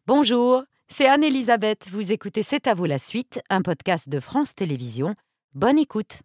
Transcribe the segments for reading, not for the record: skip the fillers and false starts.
Bonjour, c'est Anne-Elisabeth. Vous écoutez C'est à vous la suite, un podcast de France Télévisions. Bonne écoute.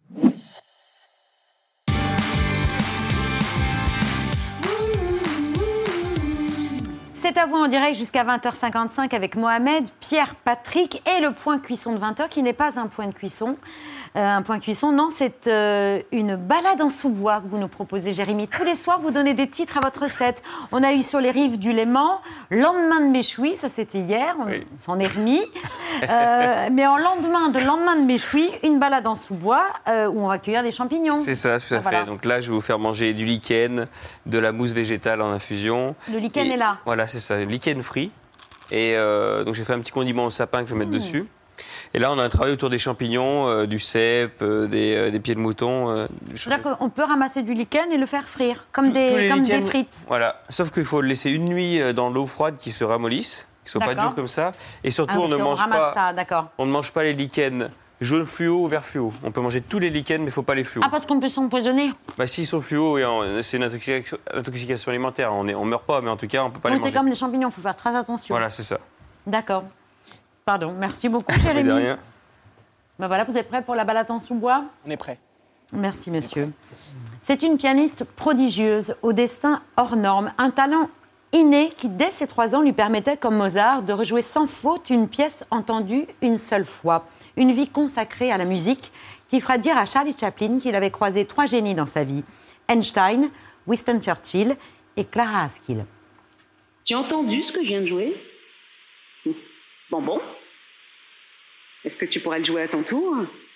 C'est à vous en direct jusqu'à 20h55 avec Mohamed, Pierre, Patrick et le point cuisson de 20h qui n'est pas un point de cuisson. Un point cuisson, non, c'est une balade en sous-bois que vous nous proposez, Jérémy. Tous les soirs, vous donnez des titres à votre recette. On a eu Sur les rives du Léman, Lendemain de Méchoui, ça c'était hier, on s'en est remis. Mais en lendemain de Méchoui, une balade en sous-bois où on va cueillir des champignons. C'est ça, tout à fait. Voilà. Donc là, je vais vous faire manger du lichen, de la mousse végétale en infusion. Le lichen est là. Voilà, c'est ça, lichen frit. Et donc j'ai fait un petit condiment au sapin que je vais mettre dessus. Et là, on a un travail autour des champignons, du cèpe, des pieds de mouton. C'est-à-dire qu'on peut ramasser du lichen et le faire frire, comme des frites. Voilà, sauf qu'il faut le laisser une nuit dans l'eau froide qui se ramollisse, qui ne soit pas dur comme ça. Et surtout, on ne mange pas les lichens jaune fluo ou vert fluo. On peut manger tous les lichens, mais il ne faut pas les fluo. Ah, parce qu'on peut s'empoisonner. S'ils sont fluo, c'est une intoxication alimentaire. On ne meurt pas, mais en tout cas, on ne peut pas les manger. C'est comme les champignons, il faut faire très attention. Voilà, c'est ça. D'accord. Pardon, merci beaucoup, Jérémy. De rien. Ben voilà, vous êtes prêts pour la balade en sous-bois ? On est prêts. Merci, monsieur. C'est une pianiste prodigieuse, au destin hors norme, un talent inné qui, dès ses 3 ans, lui permettait, comme Mozart, de rejouer sans faute une pièce entendue une seule fois. Une vie consacrée à la musique qui fera dire à Charlie Chaplin qu'il avait croisé 3 génies dans sa vie, Einstein, Winston Churchill et Clara Askill. Tu as entendu ce que je viens de jouer ? Bon. Est-ce que tu pourrais le jouer à ton tour ?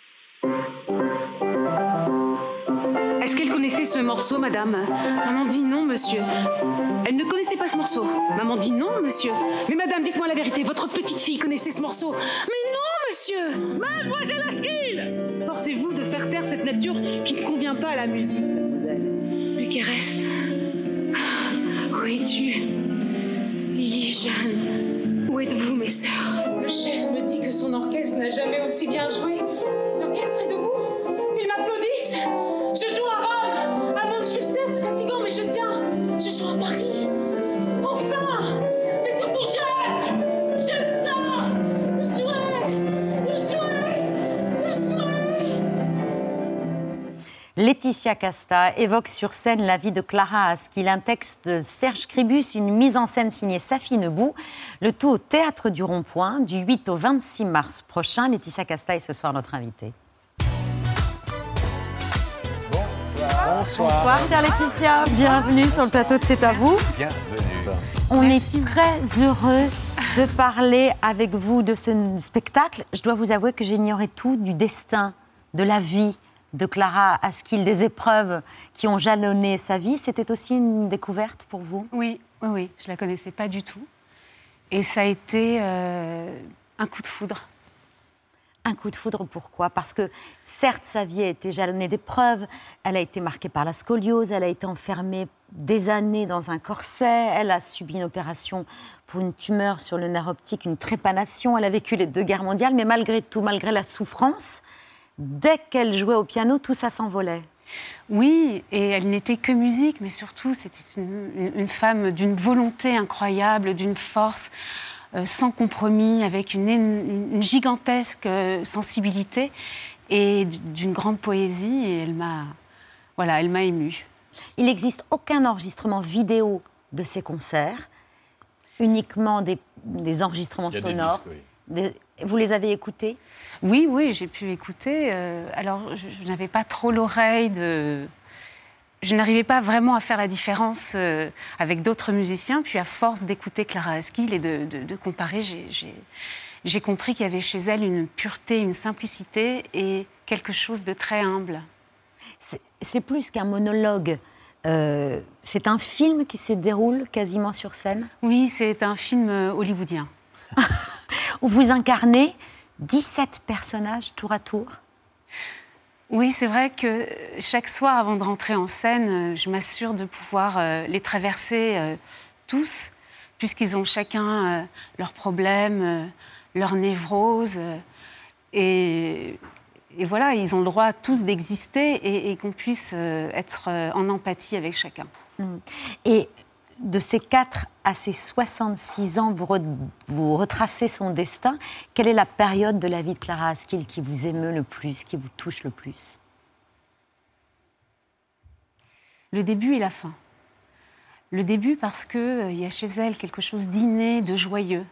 Est-ce qu'elle connaissait ce morceau, madame ? Maman dit non, monsieur. Elle ne connaissait pas ce morceau. Maman dit non, monsieur. Mais madame, dites-moi la vérité, votre petite fille connaissait ce morceau. Mais non, monsieur ! Mademoiselle Askill ! Forcez-vous de faire taire cette nature qui ne convient pas à la musique, mademoiselle. Plus qu'elle reste. Où es-tu ? Lily, Jeanne, où êtes-vous, mes sœurs ? Le chef me dit que son orchestre n'a jamais aussi bien joué. L'orchestre est debout. Ils m'applaudissent. Je joue à Rome, à Manchester, c'est fatigant, mais je tiens. Je joue à Paris. Enfin ! Mais surtout j'aime ça. Jouer. Laetitia Casta évoque sur scène la vie de Clara Askill, un texte de Serge Cribus, une mise en scène signée Safi Nebou, le tout au Théâtre du Rond-Point, du 8 au 26 mars prochain. Laetitia Casta est ce soir notre invitée. Bonsoir, chère Laetitia. Bienvenue sur le plateau de C'est à vous. Bienvenue. On est très heureux de parler avec vous de ce spectacle. Je dois vous avouer que j'ignorais tout du destin, de la vie de Clara Askill, des épreuves qui ont jalonné sa vie. C'était aussi une découverte pour vous ? Oui, je ne la connaissais pas du tout. Et ça a été un coup de foudre. Un coup de foudre, pourquoi ? Parce que, certes, sa vie a été jalonnée d'épreuves, elle a été marquée par la scoliose, elle a été enfermée des années dans un corset, elle a subi une opération pour une tumeur sur le nerf optique, une trépanation, elle a vécu les 2 guerres mondiales, mais malgré tout, malgré la souffrance, dès qu'elle jouait au piano, tout ça s'envolait. Oui, et elle n'était que musique, mais surtout, c'était une femme d'une volonté incroyable, d'une force sans compromis, avec une gigantesque sensibilité et d'une grande poésie. Et elle m'a émue. Il n'existe aucun enregistrement vidéo de ces concerts, uniquement des enregistrements sonores. Des disques, oui. Vous les avez écoutés ? Oui, j'ai pu écouter. Alors, je n'avais pas trop l'oreille de... Je n'arrivais pas vraiment à faire la différence avec d'autres musiciens. Puis, à force d'écouter Clara Askill et de comparer, j'ai compris qu'il y avait chez elle une pureté, une simplicité et quelque chose de très humble. C'est plus qu'un monologue. C'est un film qui se déroule quasiment sur scène ? Oui, c'est un film hollywoodien. Où vous incarnez 17 personnages tour à tour ? Oui, c'est vrai que chaque soir, avant de rentrer en scène, je m'assure de pouvoir les traverser tous, puisqu'ils ont chacun leurs problèmes, leurs névroses. Et voilà, ils ont le droit tous d'exister et qu'on puisse être en empathie avec chacun. Et de ses 4 à ses 66 ans, vous retracez son destin. Quelle est la période de la vie de Clara Askill qui vous émeut le plus, qui vous touche le plus ? Le début et la fin. Le début parce qu'il y a chez elle quelque chose d'inné, de joyeux.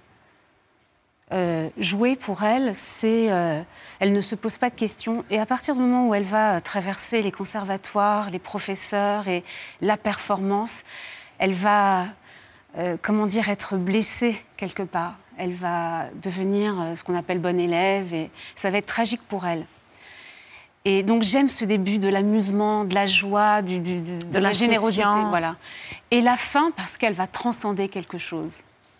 Jouer pour elle, elle ne se pose pas de questions. Et à partir du moment où elle va traverser les conservatoires, les professeurs et la performance, elle va, être blessée quelque part. Elle va devenir ce qu'on appelle bonne élève et ça va être tragique pour elle. Et donc j'aime ce début de l'amusement, de la joie, de la générosité. Voilà. Et la fin parce qu'elle va transcender quelque chose.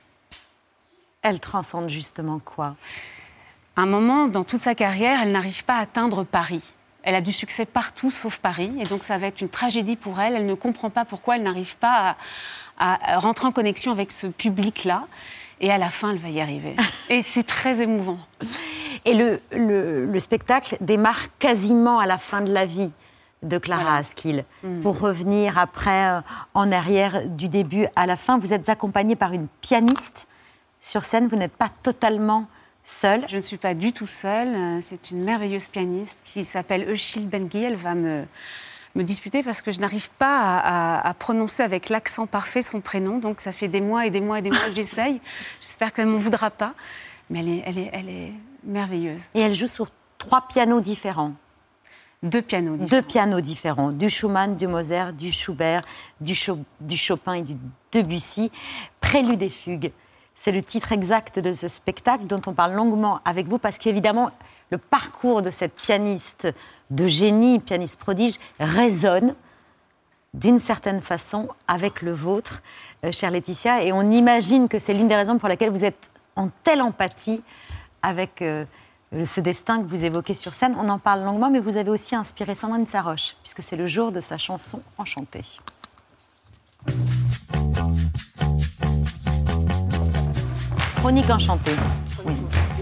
Elle transcende justement quoi ? À un moment, dans toute sa carrière, elle n'arrive pas à atteindre Paris. Elle a du succès partout sauf Paris. Et donc ça va être une tragédie pour elle. Elle ne comprend pas pourquoi elle n'arrive pas à rentrer en connexion avec ce public-là. Et à la fin, elle va y arriver. Et c'est très émouvant. Et le spectacle démarre quasiment à la fin de la vie de Clara Askill. Pour revenir après, en arrière, du début à la fin, vous êtes accompagnée par une pianiste sur scène. Vous n'êtes pas totalement seule. Je ne suis pas du tout seule. C'est une merveilleuse pianiste qui s'appelle Euchil Bengui. Elle va me disputer parce que je n'arrive pas à prononcer avec l'accent parfait son prénom. Donc ça fait des mois et des mois et des mois que j'essaye. J'espère qu'elle ne m'en voudra pas. Mais elle est merveilleuse. Et elle joue sur 3 pianos différents. 2 pianos différents. 2 pianos différents. Du Schumann, du Mozart, du Schubert, du Chopin et du Debussy. Prélude et fugue. C'est le titre exact de ce spectacle dont on parle longuement avec vous parce qu'évidemment, le parcours de cette pianiste de génie, pianiste prodige, résonne d'une certaine façon avec le vôtre, chère Laetitia. Et on imagine que c'est l'une des raisons pour lesquelles vous êtes en telle empathie avec ce destin que vous évoquez sur scène. On en parle longuement, mais vous avez aussi inspiré Sandrine Saroche, puisque c'est le jour de sa chanson Enchantée. Chronique enchantée. Oui.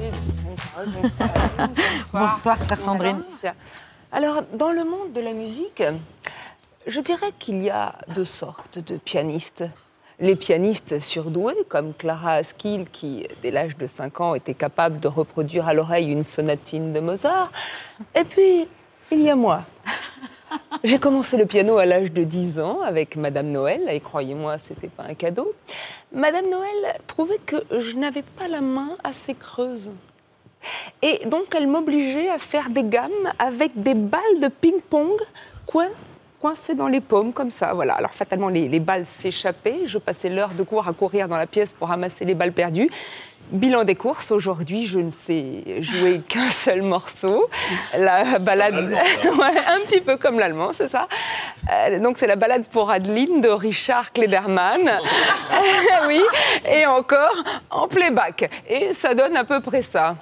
Bonsoir, chère Sandrine. Alors, dans le monde de la musique, je dirais qu'il y a 2 sortes de pianistes. Les pianistes surdoués, comme Clara Askill, qui, dès l'âge de 5 ans, était capable de reproduire à l'oreille une sonatine de Mozart. Et puis, il y a moi. J'ai commencé le piano à l'âge de 10 ans avec Madame Noël, et croyez-moi, c'était pas un cadeau. Madame Noël trouvait que je n'avais pas la main assez creuse. Et donc, elle m'obligeait à faire des gammes avec des balles de ping-pong coincées dans les paumes, comme ça. Voilà. Alors, fatalement, les balles s'échappaient. Je passais l'heure de cours à courir dans la pièce pour ramasser les balles perdues. Bilan des courses, aujourd'hui, je ne sais jouer qu'un seul morceau. La balade, ouais, un petit peu comme l'allemand, c'est ça. Donc, c'est la balade pour Adeline de Richard Klederman. Oui, et encore en playback. Et ça donne à peu près ça.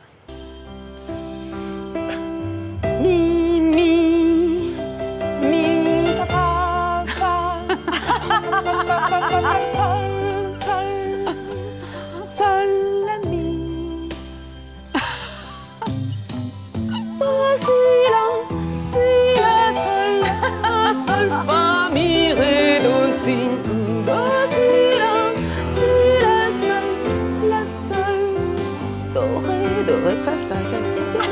Mi, mi, mi, fa, fa, fa, fa, fa, fa, fa, sol, sol, sol, la, mi. Si, la, sol, fa, mi, ré, do, si, do, si, la, sol, do, ré, fa, fa, fa.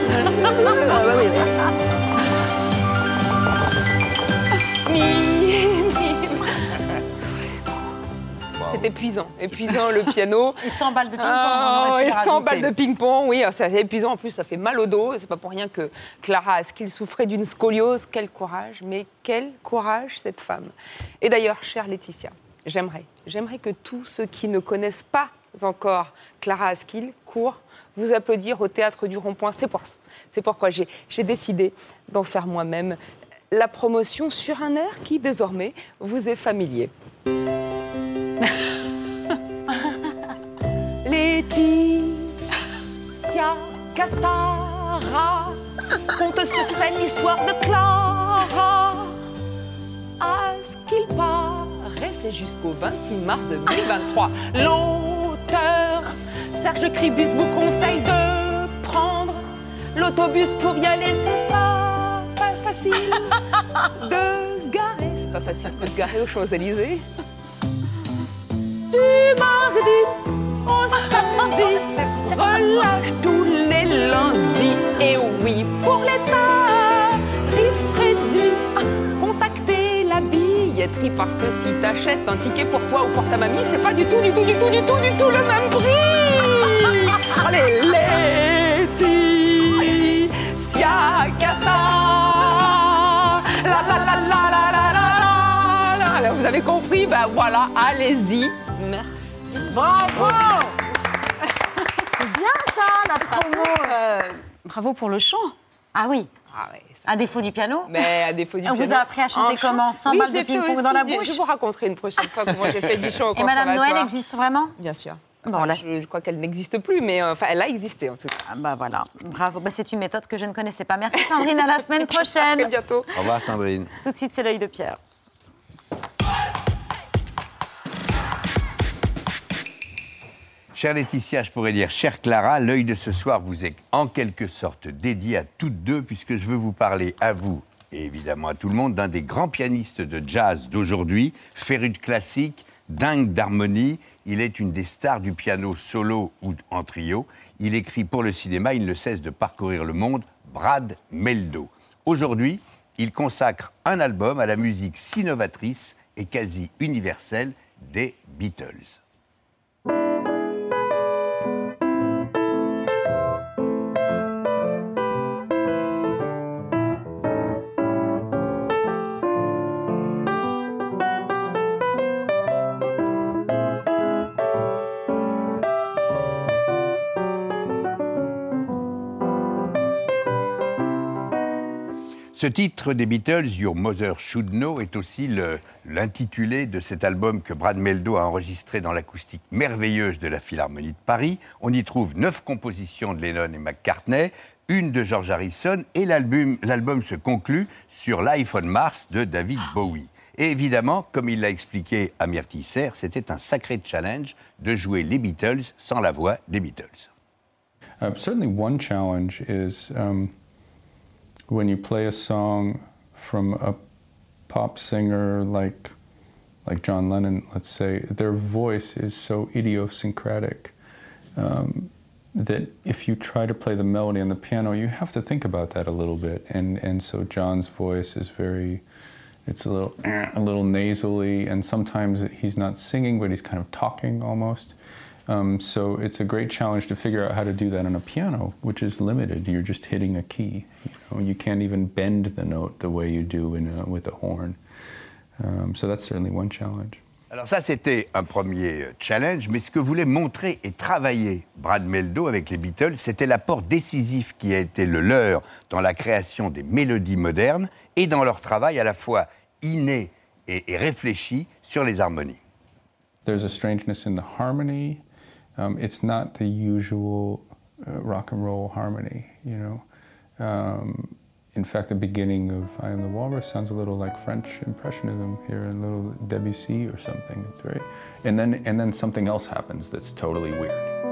C'est épuisant le piano. Et 100 balles de ping-pong. Et 100 balles de ping-pong, oui, c'est épuisant. En plus, ça fait mal au dos. C'est pas pour rien que Clara Askill souffrait d'une scoliose. Quel courage, mais quel courage cette femme. Et d'ailleurs, chère Laetitia, j'aimerais que tous ceux qui ne connaissent pas encore Clara Askill courent vous applaudir au Théâtre du Rond-Point. C'est pourquoi j'ai décidé d'en faire moi-même la promotion sur un air qui, désormais, vous est familier. Laetitia Castara conte sur scène l'histoire de Clara Askill paraissait jusqu'au 26 mars 2023. L'auteur Serge Cribus vous conseille de prendre l'autobus pour y aller. C'est pas facile de se garer. C'est pas facile de se garer aux Champs-Élysées. du mardi au samedi, relâche tous les lundis. Et oui, pour les tarifs réduits, contactez la billetterie parce que si t'achètes un ticket pour toi ou pour ta mamie, c'est pas du tout le même prix. Allez, Laetitia Casta. La la la la la la la la. Vous avez compris? Ben voilà, allez-y. Merci. Bravo. C'est bien ça, la promo. Bravo pour le chant. Ah oui. Ah ouais, à défaut du piano. Mais à défaut du piano. On vous a appris à chanter comment? 100 balles de ping-pong dans la bouche? Je vous raconterai une prochaine fois comment j'ai fait du chant au conservatoire. Et Madame Noël existe vraiment? Bien sûr. Bon, là, je crois qu'elle n'existe plus, mais elle a existé en tout cas. Ah bah voilà, bravo. Bah, c'est une méthode que je ne connaissais pas. Merci Sandrine, à la semaine prochaine. À très bientôt. Au revoir Sandrine. Tout de suite, c'est l'œil de Pierre. Chère Laetitia, je pourrais dire, chère Clara, l'œil de ce soir vous est en quelque sorte dédié à toutes deux, puisque je veux vous parler à vous et évidemment à tout le monde d'un des grands pianistes de jazz d'aujourd'hui, féru de classique, dingue d'harmonie. Il est une des stars du piano solo ou en trio. Il écrit pour le cinéma, il ne cesse de parcourir le monde, Brad Mehldau. Aujourd'hui, il consacre un album à la musique si novatrice et quasi universelle des Beatles. Ce titre des Beatles, Your Mother Should Know, est aussi l'intitulé de cet album que Brad Mehldau a enregistré dans l'acoustique merveilleuse de la Philharmonie de Paris. On y trouve 9 compositions de Lennon et McCartney, une de George Harrison, et l'album se conclut sur Life on Mars de David Bowie. Et évidemment, comme il l'a expliqué à Myrtille Serre, c'était un sacré challenge de jouer les Beatles sans la voix des Beatles. Certainly one challenge is... when you play a song from a pop singer like John Lennon, let's say, their voice is so idiosyncratic that if you try to play the melody on the piano, you have to think about that a little bit. And so John's voice is it's a little nasally, and sometimes he's not singing, but he's kind of talking almost. So it's a great challenge to figure out how to do that on a piano, which is limited. You're just hitting a key. You can't even bend the note the way you do with a horn. So that's certainly one challenge. Alors ça, c'était un premier challenge, mais ce que voulait montrer et travailler Brad Mehldau avec les Beatles, c'était l'apport décisif qui a été le leur dans la création des mélodies modernes et dans leur travail à la fois inné et réfléchi sur les harmonies. There's a strangeness in the harmony. It's not the usual rock and roll harmony, you know. In fact, the beginning of I Am the Walrus sounds a little like French Impressionism here, a little Debussy or something. It's very, and then something else happens that's totally weird.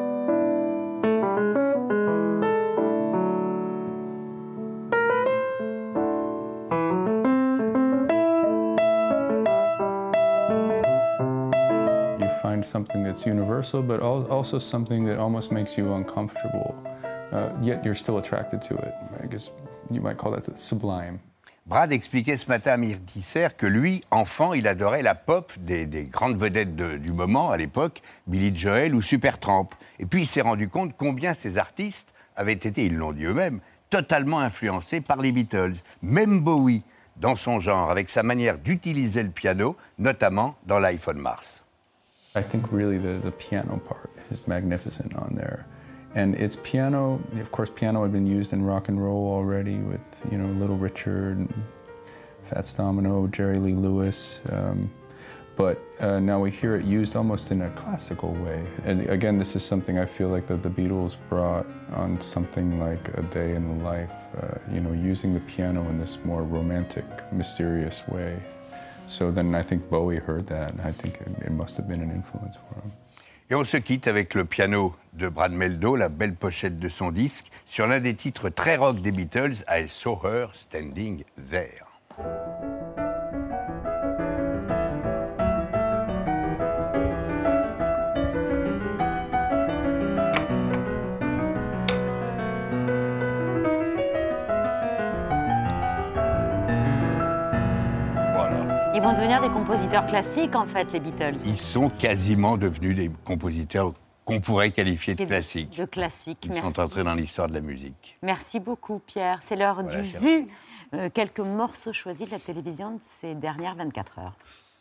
Something that's universal, but also something that almost makes you uncomfortable, yet you're still attracted to it. I guess you might call that sublime. Brad expliquait ce matin à Myrtille Serre que lui, enfant, il adorait la pop des grandes vedettes du moment à l'époque, Billy Joel ou Supertramp. Et puis il s'est rendu compte combien ces artistes avaient été, ils l'ont dit eux-mêmes, totalement influencés par les Beatles. Même Bowie, dans son genre, avec sa manière d'utiliser le piano, notamment dans Life on Mars. I think really the piano part is magnificent on there. And it's piano, of course piano had been used in rock and roll already with, you know, Little Richard, Fats Domino, Jerry Lee Lewis. But now we hear it used almost in a classical way. And again, this is something I feel like the Beatles brought on something like A Day in the Life, you know, using the piano in this more romantic, mysterious way. So then I think Bowie heard that, and I think it must have been an influence for him. Et on se quitte avec le piano de Brad Mehldau, la belle pochette de son disque, sur l'un des titres très rock des Beatles, I Saw Her Standing There. Ils vont devenir des compositeurs classiques, en fait, les Beatles. Ils sont quasiment devenus des compositeurs qu'on pourrait qualifier de classiques. De classiques, Ils sont entrés dans l'histoire de la musique. Merci beaucoup, Pierre. C'est l'heure du vu. Quelques morceaux choisis de la télévision de ces dernières 24 heures.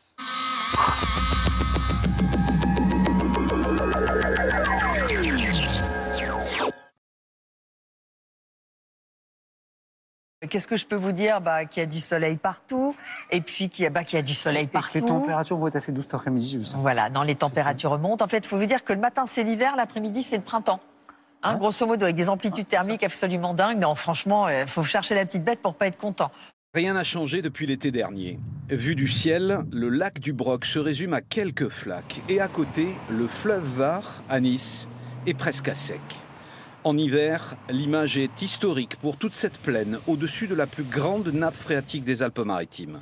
Qu'est-ce que je peux vous dire? Qu'il y a du soleil partout, et puis qu'il y a du soleil partout. Les températures vont être assez douces cet après-midi. Voilà, les températures remontent. En fait, il faut vous dire que le matin, c'est l'hiver, l'après-midi, c'est le printemps. Grosso modo, avec des amplitudes thermiques absolument dingues. Non, franchement, il faut chercher la petite bête pour pas être content. Rien n'a changé depuis l'été dernier. Vu du ciel, le lac du Broc se résume à quelques flaques. Et à côté, le fleuve Var, à Nice, est presque à sec. En hiver, l'image est historique pour toute cette plaine, au-dessus de la plus grande nappe phréatique des Alpes-Maritimes.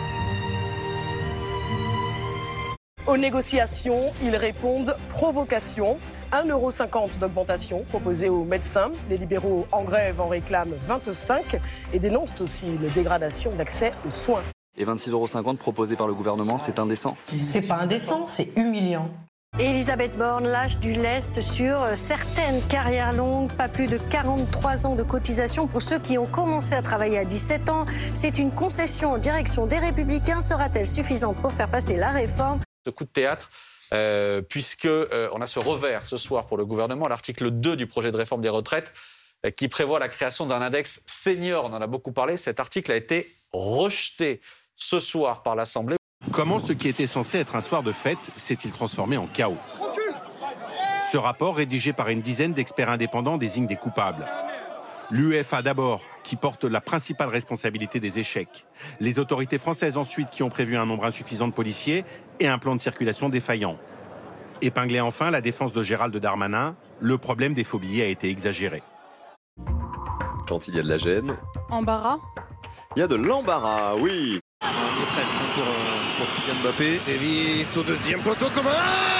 Aux négociations, ils répondent provocation. 1,50 € d'augmentation proposée aux médecins. Les libéraux en grève en réclament 25 et dénoncent aussi une dégradation d'accès aux soins. Et 26,50 € proposés par le gouvernement, c'est indécent? C'est pas indécent, c'est humiliant. Elisabeth Borne lâche du lest sur certaines carrières longues, pas plus de 43 ans de cotisation pour ceux qui ont commencé à travailler à 17 ans. C'est une concession en direction des Républicains. Sera-t-elle suffisante pour faire passer la réforme? Ce coup de théâtre, puisqu'on a ce revers ce soir pour le gouvernement, l'article 2 du projet de réforme des retraites, qui prévoit la création d'un index senior. On en a beaucoup parlé. Cet article a été rejeté ce soir par l'Assemblée. Comment ce qui était censé être un soir de fête s'est-il transformé en chaos? Ce rapport, rédigé par une dizaine d'experts indépendants, désigne des coupables. L'UEFA d'abord, qui porte la principale responsabilité des échecs. Les autorités françaises ensuite, qui ont prévu un nombre insuffisant de policiers et un plan de circulation défaillant. Épinglé enfin, la défense de Gérald Darmanin, le problème des faux billets a été exagéré. Quand il y a de la gêne... Embarras. Il y a de l'embarras, oui. On est presque pour Kylian Mbappé. Davis au deuxième poteau, Coman.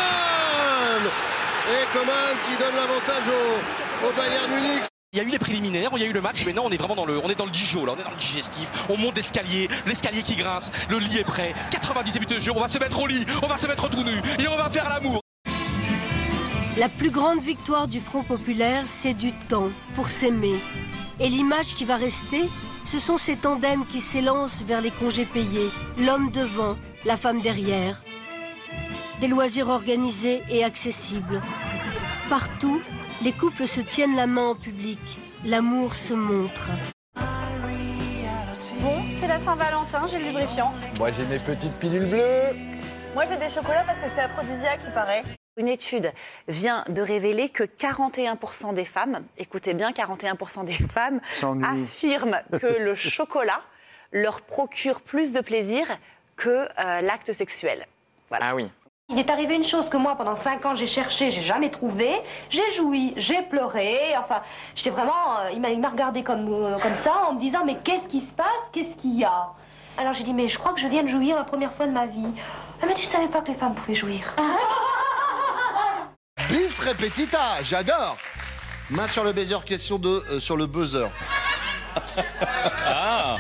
Et Coman qui donne l'avantage au Bayern Munich. Il y a eu les préliminaires, il y a eu le match, mais non, on est vraiment dans le Dijon, là, on est dans le digestif. On monte l'escalier qui grince, le lit est prêt, 90 minutes de jeu, on va se mettre au lit, on va se mettre tout nu et on va faire l'amour. La plus grande victoire du Front populaire, c'est du temps pour s'aimer. Et l'image qui va rester, ce sont ces tandems qui s'élancent vers les congés payés, l'homme devant, la femme derrière. Des loisirs organisés et accessibles. Partout, les couples se tiennent la main en public. L'amour se montre. Bon, c'est la Saint-Valentin, j'ai le lubrifiant. Moi, j'ai mes petites pilules bleues. Moi, j'ai des chocolats parce que c'est aphrodisiaque, il paraît. Une étude vient de révéler que 41% des femmes, écoutez bien, 41% des femmes affirment que le chocolat leur procure plus de plaisir que l'acte sexuel. Voilà. Ah oui. Il est arrivé une chose que moi, pendant 5 ans, j'ai cherché, j'ai jamais trouvé. J'ai joui, j'ai pleuré. Enfin, j'étais vraiment... il m'a regardé comme ça, en me disant, mais qu'est-ce qui se passe? Qu'est-ce qu'il y a? Alors j'ai dit, mais je crois que je viens de jouir la première fois de ma vie. Ah, mais tu savais pas que les femmes pouvaient jouir. Bis repetita, j'adore. Main sur le buzzer, question sur le buzzer. Ah.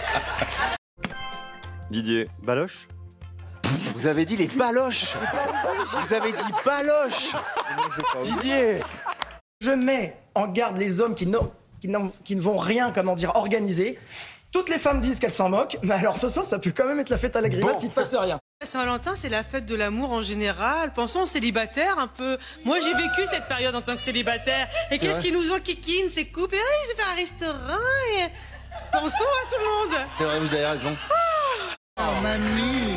Didier, baloche? Vous avez dit les baloches. Vous avez dit baloche. Didier. Je mets en garde les hommes qui ne vont rien, organiser. Toutes les femmes disent qu'elles s'en moquent, mais alors ce soir, ça peut quand même être la fête à la grimace s'il se passe rien. Saint-Valentin, c'est la fête de l'amour en général. Pensons aux célibataires un peu. Moi, j'ai vécu cette période en tant que célibataire. Et qu'est-ce qu'ils nous ont kikine, ces couples? Et je vais faire un restaurant et... Pensons à tout le monde. C'est vrai, vous avez raison. Oh, mamie.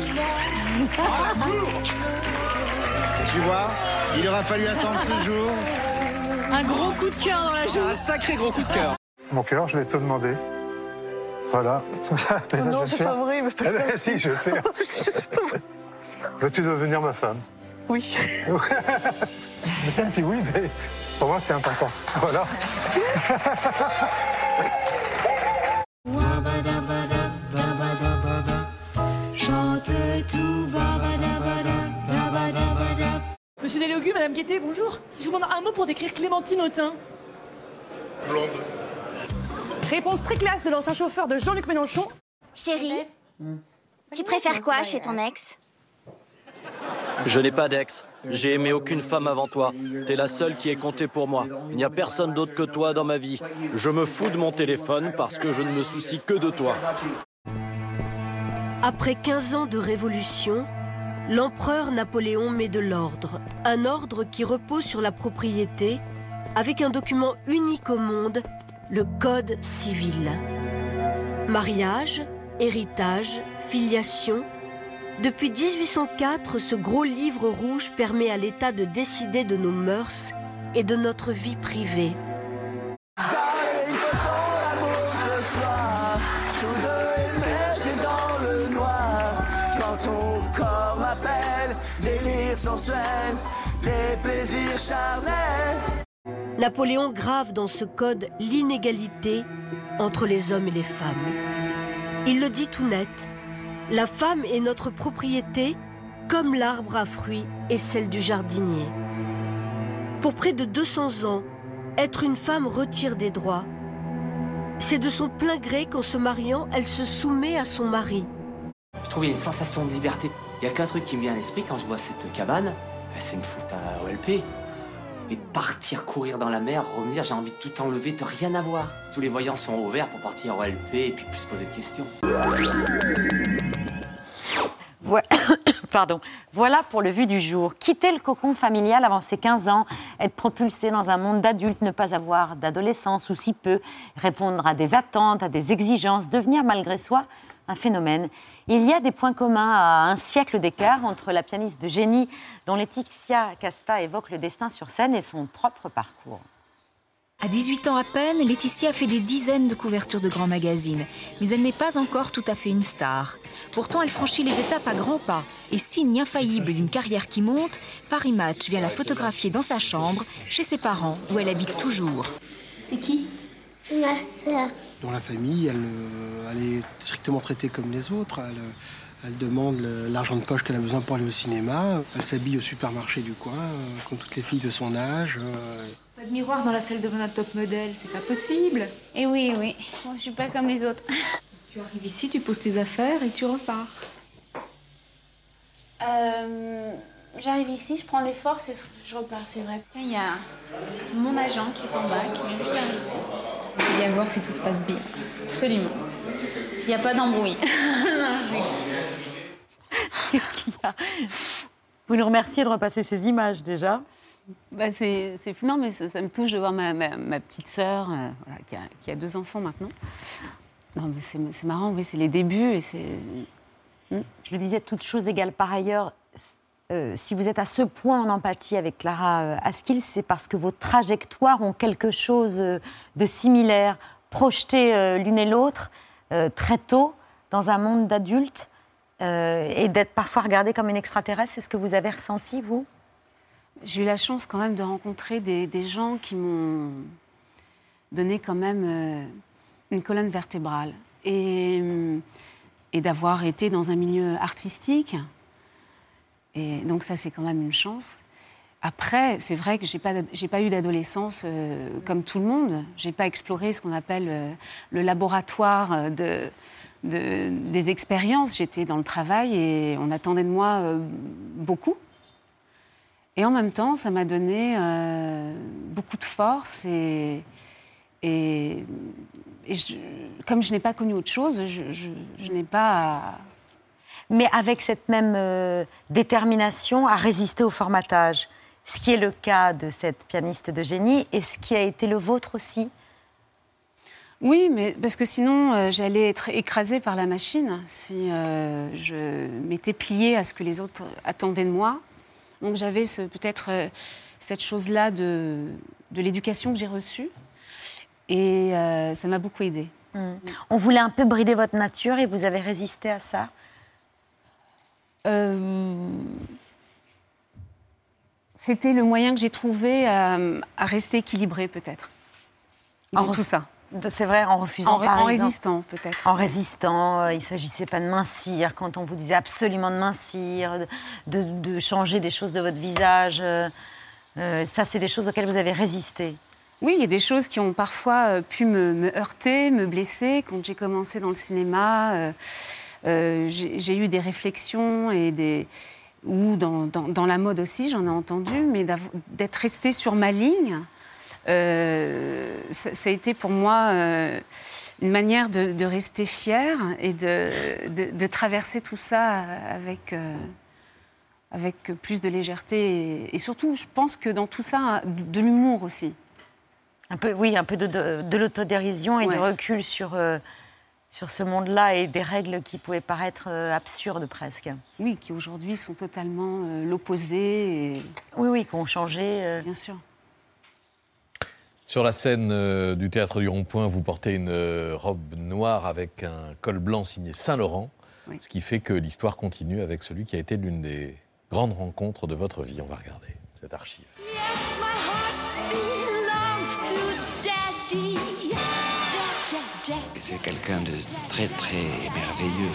Tu vois, il aura fallu attendre ce jour. Un gros coup de cœur dans la joue. Un sacré gros coup de cœur. Bon, quelle heure je vais te demander. Voilà. Non, c'est pas vrai. Mais pas si, je sais. Veux-tu devenir ma femme? Oui. Mais c'est un petit oui, mais pour moi, c'est important. Voilà. Monsieur Deléogu, Madame Guettet, bonjour. Si je vous demande un mot pour décrire Clémentine Autain. Blonde. Réponse très classe de l'ancien chauffeur de Jean-Luc Mélenchon. Chérie, Tu préfères quoi chez ton ex? Je n'ai pas d'ex. J'ai aimé aucune femme avant toi. T'es la seule qui est comptée pour moi. Il n'y a personne d'autre que toi dans ma vie. Je me fous de mon téléphone parce que je ne me soucie que de toi. Après 15 ans de révolution, l'empereur Napoléon met de l'ordre. Un ordre qui repose sur la propriété, avec un document unique au monde, le Code civil. Mariage, héritage, filiation. Depuis 1804, ce gros livre rouge permet à l'État de décider de nos mœurs et de notre vie privée. Napoléon grave dans ce code l'inégalité entre les hommes et les femmes. Il le dit tout net. La femme est notre propriété, comme l'arbre à fruits est celle du jardinier. Pour près de 200 ans, être une femme retire des droits. C'est de son plein gré qu'en se mariant, elle se soumet à son mari. Je trouve qu'il y a une sensation de liberté. Il n'y a qu'un truc qui me vient à l'esprit quand je vois cette cabane, c'est me foutre à OLP. Et de partir courir dans la mer, revenir, j'ai envie de tout enlever, de rien avoir. Tous les voyants sont au vert pour partir à OLP et puis plus se poser de questions. Voilà pour le vu du jour. Quitter le cocon familial avant ses 15 ans, être propulsé dans un monde d'adultes, ne pas avoir d'adolescence ou si peu, répondre à des attentes, à des exigences, devenir malgré soi un phénomène. Il y a des points communs à un siècle d'écart entre la pianiste de génie dont Laetitia Casta évoque le destin sur scène et son propre parcours. À 18 ans à peine, Laetitia fait des dizaines de couvertures de grands magazines, mais elle n'est pas encore tout à fait une star. Pourtant, elle franchit les étapes à grands pas et signe infaillible d'une carrière qui monte, Paris Match vient la photographier dans sa chambre, chez ses parents, où elle habite toujours. C'est qui? Ma sœur. Dans la famille, elle est strictement traitée comme les autres. Elle demande l'argent de poche qu'elle a besoin pour aller au cinéma. Elle s'habille au supermarché du coin, comme toutes les filles de son âge. Pas de miroir dans la salle de bain d'un top modèle, c'est pas possible. Eh oui, moi, je suis pas comme les autres. Tu arrives ici, tu poses tes affaires et tu repars. J'arrive ici, je prends les forces et je repars, c'est vrai. Tiens, il y a mon agent qui est en bas, qui vient juste d'arriver. Je viens voir si tout se passe bien. Absolument. S'il n'y a pas d'embrouille. Qu'est-ce qu'il y a? Vous nous remerciez de repasser ces images déjà. Non, mais ça me touche de voir ma petite sœur, qui a 2 enfants maintenant. Non, mais c'est marrant, oui, c'est les débuts et c'est... Je le disais, toutes choses égales par ailleurs. Si vous êtes à ce point en empathie avec Clara Askill, c'est parce que vos trajectoires ont quelque chose de similaire, projetées l'une et l'autre très tôt dans un monde d'adultes et d'être parfois regardée comme une extraterrestre. C'est ce que vous avez ressenti, vous? J'ai eu la chance quand même de rencontrer des gens qui m'ont donné quand même une colonne vertébrale et d'avoir été dans un milieu artistique. Et donc ça, c'est quand même une chance. Après, c'est vrai que j'ai pas eu d'adolescence comme tout le monde. J'ai pas exploré ce qu'on appelle le laboratoire des expériences. J'étais dans le travail et on attendait de moi beaucoup. Et en même temps, ça m'a donné beaucoup de force et comme je n'ai pas connu autre chose, je n'ai pas... Mais avec cette même détermination à résister au formatage, ce qui est le cas de cette pianiste de génie et ce qui a été le vôtre aussi. Oui, mais parce que sinon, j'allais être écrasée par la machine si je m'étais pliée à ce que les autres attendaient de moi. Donc j'avais peut-être cette chose-là de l'éducation que j'ai reçue et ça m'a beaucoup aidée. On voulait un peu brider votre nature et vous avez résisté à ça? C'était le moyen que j'ai trouvé à rester équilibrée, peut-être, dans tout ça. C'est vrai, en refusant, en résistant, peut-être. En résistant, il ne s'agissait pas de mincir, quand on vous disait absolument de mincir, de changer des choses de votre visage. Ça, c'est des choses auxquelles vous avez résisté. Oui, il y a des choses qui ont parfois pu me heurter, me blesser. Quand j'ai commencé dans le cinéma... j'ai eu des réflexions ou dans la mode aussi, j'en ai entendu, mais d'être restée sur ma ligne, ça a été pour moi une manière de rester fière et de traverser tout ça avec plus de légèreté. Et surtout, je pense que dans tout ça, de l'humour aussi. Un peu de l'autodérision et du recul sur ce monde-là et des règles qui pouvaient paraître absurdes presque. Oui, qui aujourd'hui sont totalement l'opposé. Oui, qui ont changé. Bien sûr. Sur la scène du Théâtre du Rond-Point, vous portez une robe noire avec un col blanc signé Saint-Laurent, ce qui fait que l'histoire continue avec celui qui a été l'une des grandes rencontres de votre vie. On va regarder cette archive. C'est quelqu'un de très, très merveilleux.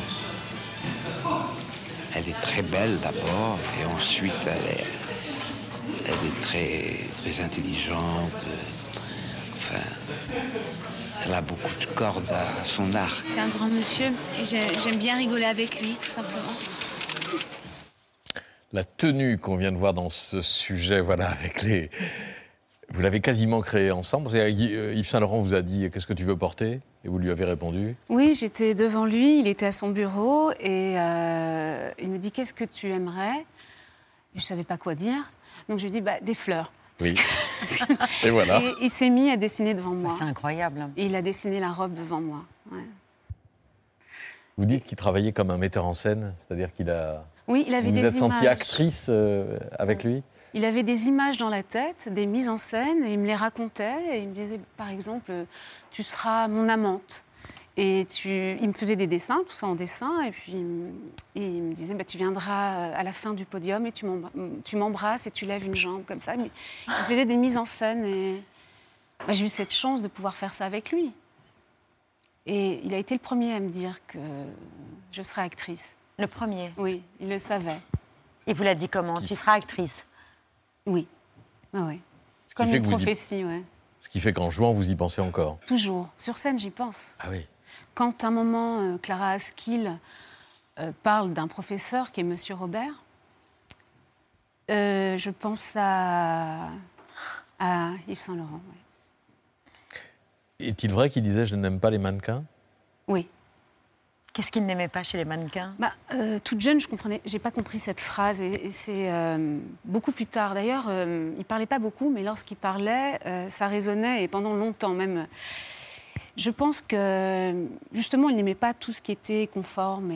Elle est très belle d'abord, et ensuite elle est très, très intelligente. Enfin, elle a beaucoup de cordes à son arc. C'est un grand monsieur, et j'aime bien rigoler avec lui, tout simplement. La tenue qu'on vient de voir dans ce sujet, voilà, avec les... Vous l'avez quasiment créée ensemble. Yves Saint-Laurent vous a dit « Qu'est-ce que tu veux porter ?» Et vous lui avez répondu ? Oui, j'étais devant lui, il était à son bureau et il me dit « Qu'est-ce que tu aimerais ?» Et je ne savais pas quoi dire. Donc je lui ai dit « Des fleurs. » Oui. Et voilà. Et il s'est mis à dessiner devant moi. C'est incroyable. Et il a dessiné la robe devant moi. Ouais. Vous dites qu'il travaillait comme un metteur en scène, c'est-à-dire qu'il a... Oui, il avait des images. Vous vous êtes sentie actrice avec lui ? Il avait des images dans la tête, des mises en scène, et il me les racontait. Et il me disait, par exemple, tu seras mon amante. Et il me faisait des dessins, tout ça en dessin. Et puis il me disait, tu viendras à la fin du podium et tu m'embrasses et tu lèves une jambe comme ça. Mais il se faisait des mises en scène. Et j'ai eu cette chance de pouvoir faire ça avec lui. Et il a été le premier à me dire que je serais actrice. Le premier ? Oui, il le savait. Et vous l'a dit comment ? Tu seras actrice ? Oui. Oui. C'est comme une prophétie, oui. Ce qui fait qu'en jouant, vous y pensez encore ? Toujours. Sur scène, j'y pense. Ah oui. Quand à un moment, Clara Askill parle d'un professeur qui est Monsieur Robert, je pense à Yves Saint-Laurent. Oui. Est-il vrai qu'il disait « Je n'aime pas les mannequins » ? Oui. Qu'est-ce qu'il n'aimait pas chez les mannequins ? Toute jeune, j'ai pas compris cette phrase. Et c'est beaucoup plus tard. D'ailleurs, il parlait pas beaucoup, mais lorsqu'il parlait, ça résonnait, et pendant longtemps même. Je pense que, justement, il n'aimait pas tout ce qui était conforme.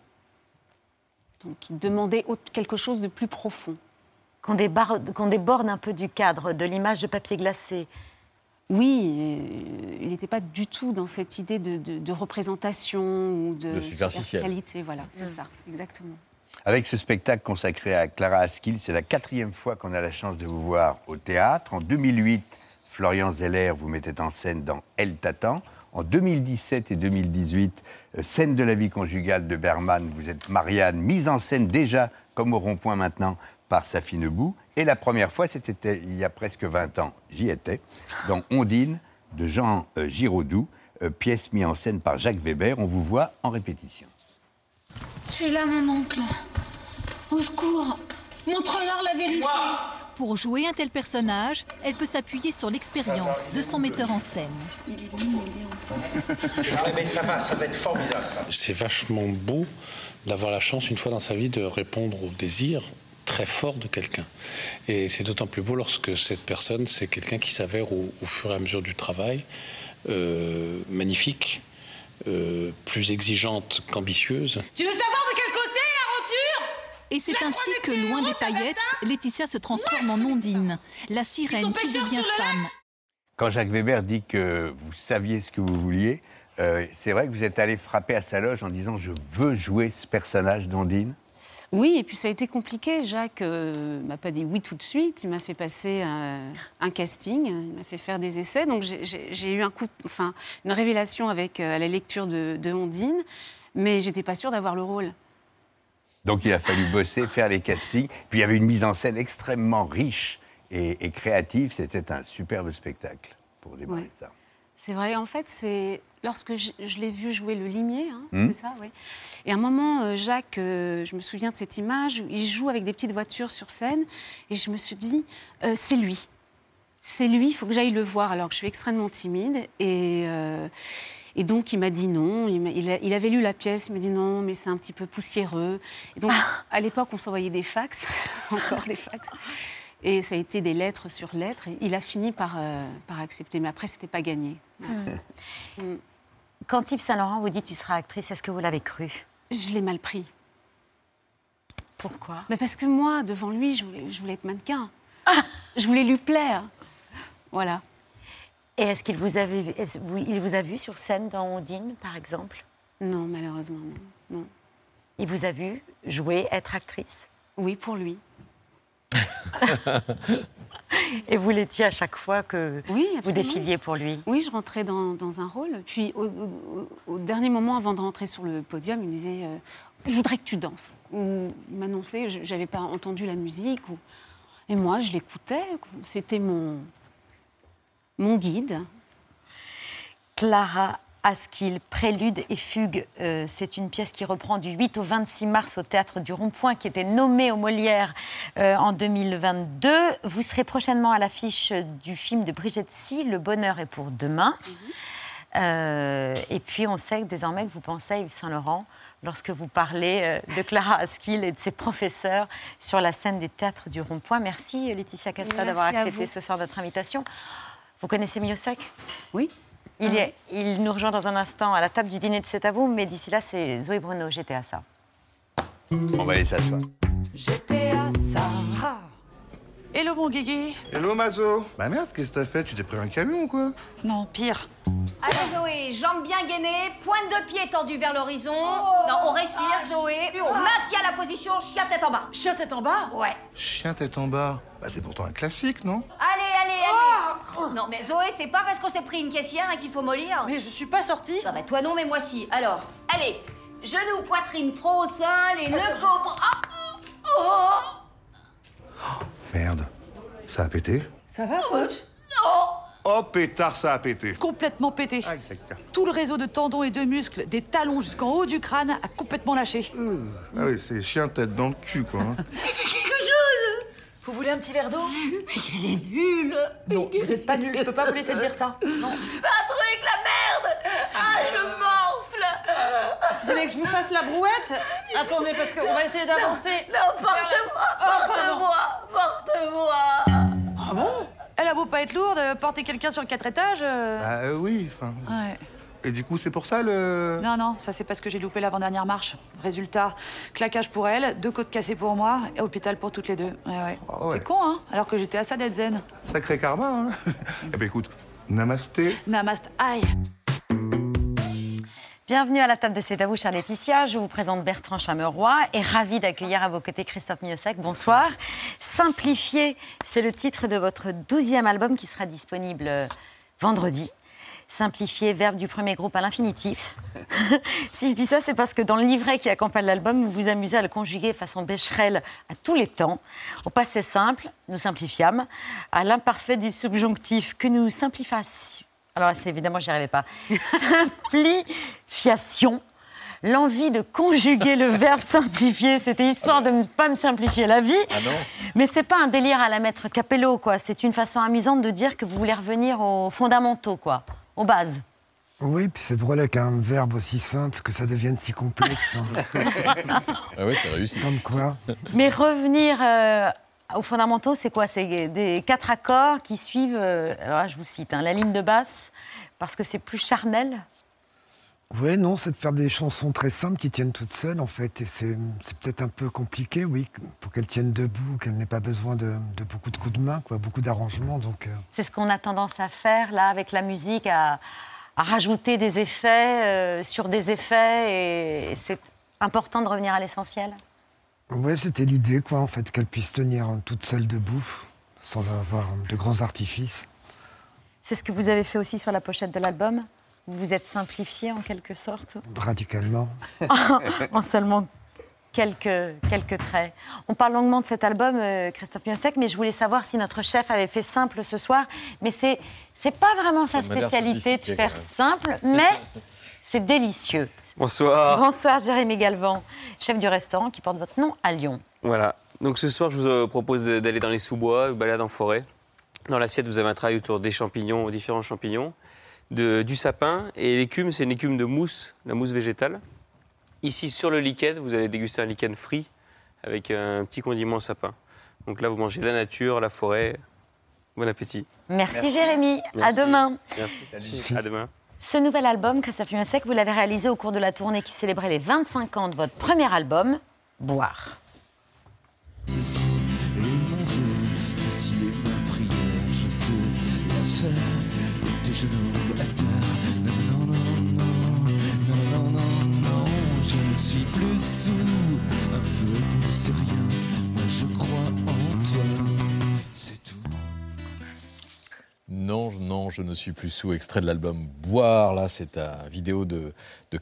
Donc, il demandait quelque chose de plus profond. Qu'on déborde un peu du cadre, de l'image de papier glacé. Oui, il n'était pas du tout dans cette idée de représentation ou de superficialité. Voilà, c'est ça, exactement. Avec ce spectacle consacré à Clara Askill, c'est la 4e fois qu'on a la chance de vous voir au théâtre. En 2008, Florian Zeller vous mettait en scène dans Elle t'attend. En 2017 et 2018, Scène de la vie conjugale de Bergman, vous êtes Marianne, mise en scène déjà, comme au Rond-Point maintenant, par Safi Nebou. Et la première fois, c'était il y a presque 20 ans, j'y étais, dans Ondine de Jean Giraudoux, pièce mise en scène par Jacques Weber. On vous voit en répétition. Tu es là, mon oncle. Au secours. Montre-leur la vérité. Pour jouer un tel personnage, elle peut s'appuyer sur l'expérience de son metteur en scène. Il est venu me dire. Mais ça va être formidable, ça. C'est vachement beau d'avoir la chance, une fois dans sa vie, de répondre au désir très fort de quelqu'un. Et c'est d'autant plus beau lorsque cette personne, c'est quelqu'un qui s'avère au fur et à mesure du travail magnifique, plus exigeante qu'ambitieuse. Tu veux savoir de quel côté, l'aventure ? Et c'est ainsi que, loin des paillettes, Laetitia se transforme en Ondine, la sirène qui devient femme. Quand Jacques Weber dit que vous saviez ce que vous vouliez, c'est vrai que vous êtes allé frapper à sa loge en disant « Je veux jouer ce personnage d'Ondine ». Oui, et puis ça a été compliqué. Jacques ne m'a pas dit oui tout de suite. Il m'a fait passer un casting, il m'a fait faire des essais. Donc j'ai eu une révélation avec à la lecture de Ondine, mais j'étais pas sûre d'avoir le rôle. Donc il a fallu bosser, faire les castings. Puis il y avait une mise en scène extrêmement riche et créative. C'était un superbe spectacle pour démarrer ça. C'est vrai, en fait, c'est lorsque je l'ai vu jouer le limier, c'est ça, oui. Et à un moment, Jacques, je me souviens de cette image, où il joue avec des petites voitures sur scène, et je me suis dit, c'est lui. C'est lui, il faut que j'aille le voir, alors que je suis extrêmement timide. Et donc, il m'a dit non. Il avait lu la pièce, il m'a dit non, mais c'est un petit peu poussiéreux. Et donc, à l'époque, on s'envoyait des fax, encore des fax. Et ça a été des lettres sur lettres. Et il a fini par accepter. Mais après, c'était pas gagné. Quand Yves Saint-Laurent vous dit tu seras actrice, est-ce que vous l'avez cru? Je l'ai mal pris. Pourquoi? Mais parce que moi, devant lui, je voulais être mannequin. Je voulais lui plaire. Voilà. Et est-ce qu'il vous a vu sur scène dans Ondine, par exemple? Non, malheureusement, non. Il vous a vu jouer, être actrice? Oui, pour lui. Et vous l'étiez à chaque fois que vous défiliez pour lui? Oui, je rentrais dans un rôle. Puis au dernier moment, avant de rentrer sur le podium, il me disait je voudrais que tu danses. Ou il m'annonçait, je n'avais pas entendu la musique. Et moi, je l'écoutais. C'était mon guide. Clara Askill, Prélude et Fugue, c'est une pièce qui reprend du 8 au 26 mars au Théâtre du Rond-Point, qui était nommée au Molière en 2022. Vous serez prochainement à l'affiche du film de Brigitte Si, Le bonheur est pour demain. Et puis on sait que désormais que vous pensez à Yves Saint-Laurent lorsque vous parlez de Clara Askill et de ses professeurs sur la scène du Théâtre du Rond-Point. Merci Laetitia Casta d'avoir accepté ce soir notre invitation. Vous connaissez Miossec? Oui. Il nous rejoint dans un instant à la table du dîner de C'est à vous, mais d'ici là, c'est Zoé Bruno, j'étais à ça. On va aller s'asseoir. J'étais à ça. Hello mon Guigui. Hello Mazo. Bah merde, qu'est-ce que t'as fait? Tu t'es pris un camion ou quoi? Non, pire. Allez Zoé, jambes bien gainées, pointe de pied tendue vers l'horizon. Non, on respire Zoé, puis on maintient la position chien tête en bas. Chien tête en bas? Ouais. Chien tête en bas. Bah c'est pourtant un classique, non? Allez. Non mais Zoé, c'est pas parce qu'on s'est pris une caissière qu'il faut mollir. Mais je suis pas sortie. Non mais toi non, mais moi si. Alors, allez, genoux, poitrine, front au sol et le cobra. Merde. Ça a pété? Ça va, coach? Non. Oh pétard, ça a pété. Complètement pété. Tout le réseau de tendons et de muscles, des talons jusqu'en haut du crâne, a complètement lâché. Ah oui, c'est chien tête dans le cul, quoi. Vous voulez un petit verre d'eau? Mais elle est nulle. Non, vous êtes pas nul, je peux pas vous laisser dire ça. Non. Un truc, la merde. Ah, je morfle. Vous voulez que je vous fasse la brouette? Attendez, parce qu'on va essayer d'avancer. Non, porte-moi. Ah bon? Elle a beau pas être lourde, porter quelqu'un sur le 4 étages... Bah oui, enfin... Ouais. Et du coup, c'est pour ça le... Non, ça c'est parce que j'ai loupé l'avant-dernière marche. Résultat, claquage pour elle, 2 côtes cassées pour moi, et hôpital pour toutes les deux. Ouais. Ah ouais. C'est con, hein? Alors que j'étais à ça d'être zen. Sacré karma, hein. Eh ben écoute, namasté. Namaste, aïe. Bienvenue à la table de C'est à vous, chère Laetitia. Je vous présente Bertrand Chameroy et ravie d'accueillir à vos côtés Christophe Miossec. Bonsoir. Simplifier, c'est le titre de votre 12e album qui sera disponible vendredi. Simplifier, verbe du premier groupe à l'infinitif. Si je dis ça, c'est parce que dans le livret qui accompagne l'album, vous vous amusez à le conjuguer façon Becherel à tous les temps. Au passé simple, nous simplifiâmes. À l'imparfait du subjonctif, que nous simplifassions. Alors, c'est évidemment, j'y arrivais pas. Simplification. L'envie de conjuguer le verbe simplifier, c'était histoire de ne pas me simplifier la vie. Ah non. Mais c'est pas un délire à la maître Capello, quoi. C'est une façon amusante de dire que vous voulez revenir aux fondamentaux, quoi, aux bases. Oui, puis c'est drôle avec un verbe aussi simple que ça devienne si complexe. Ah oui, c'est réussi. Comme quoi. Mais revenir aux fondamentaux, c'est quoi? C'est des 4 accords qui suivent, alors là, je vous cite, la ligne de basse, parce que c'est plus charnel. Oui, non, c'est de faire des chansons très simples qui tiennent toutes seules, en fait. Et c'est peut-être un peu compliqué, oui, pour qu'elles tiennent debout, qu'elles n'aient pas besoin de beaucoup de coups de main, quoi, beaucoup d'arrangements. Donc, C'est ce qu'on a tendance à faire, là, avec la musique, à rajouter des effets sur des effets. Et c'est important de revenir à l'essentiel. Oui, c'était l'idée, quoi, en fait, qu'elles puissent tenir toutes seules debout, sans avoir de grands artifices. C'est ce que vous avez fait aussi sur la pochette de l'album? Vous vous êtes simplifié en quelque sorte? Radicalement. En seulement quelques traits. On parle longuement de cet album, Christophe Miossec, mais je voulais savoir si notre chef avait fait simple ce soir. Mais c'est pas vraiment sa spécialité de faire simple, mais c'est délicieux. Bonsoir. Bonsoir Jérémy Galvan, chef du restaurant qui porte votre nom à Lyon. Voilà. Donc ce soir, je vous propose d'aller dans les sous-bois, balade en forêt. Dans l'assiette, vous avez un travail autour des champignons, différents champignons, du sapin. Et l'écume, c'est une écume de mousse, la mousse végétale. Ici, sur le lichen, vous allez déguster un lichen frit avec un petit condiment sapin. Donc là, vous mangez la nature, la forêt. Bon appétit. Merci Jérémy. À demain. Merci. À demain. Ce nouvel album, Christophe Miossec, vous l'avez réalisé au cours de la tournée qui célébrait les 25 ans de votre premier album, Boire. Ceci est mon vœu, ceci est ma prière, je te la fais, tes genoux à terre. Non, non, non, non, non, non, non, non, je ne suis plus sous, un peu, c'est rien, moi je crois en toi, c'est tout. Non, non, je ne suis plus sous. Extrait de l'album Boire. Là, c'est une vidéo de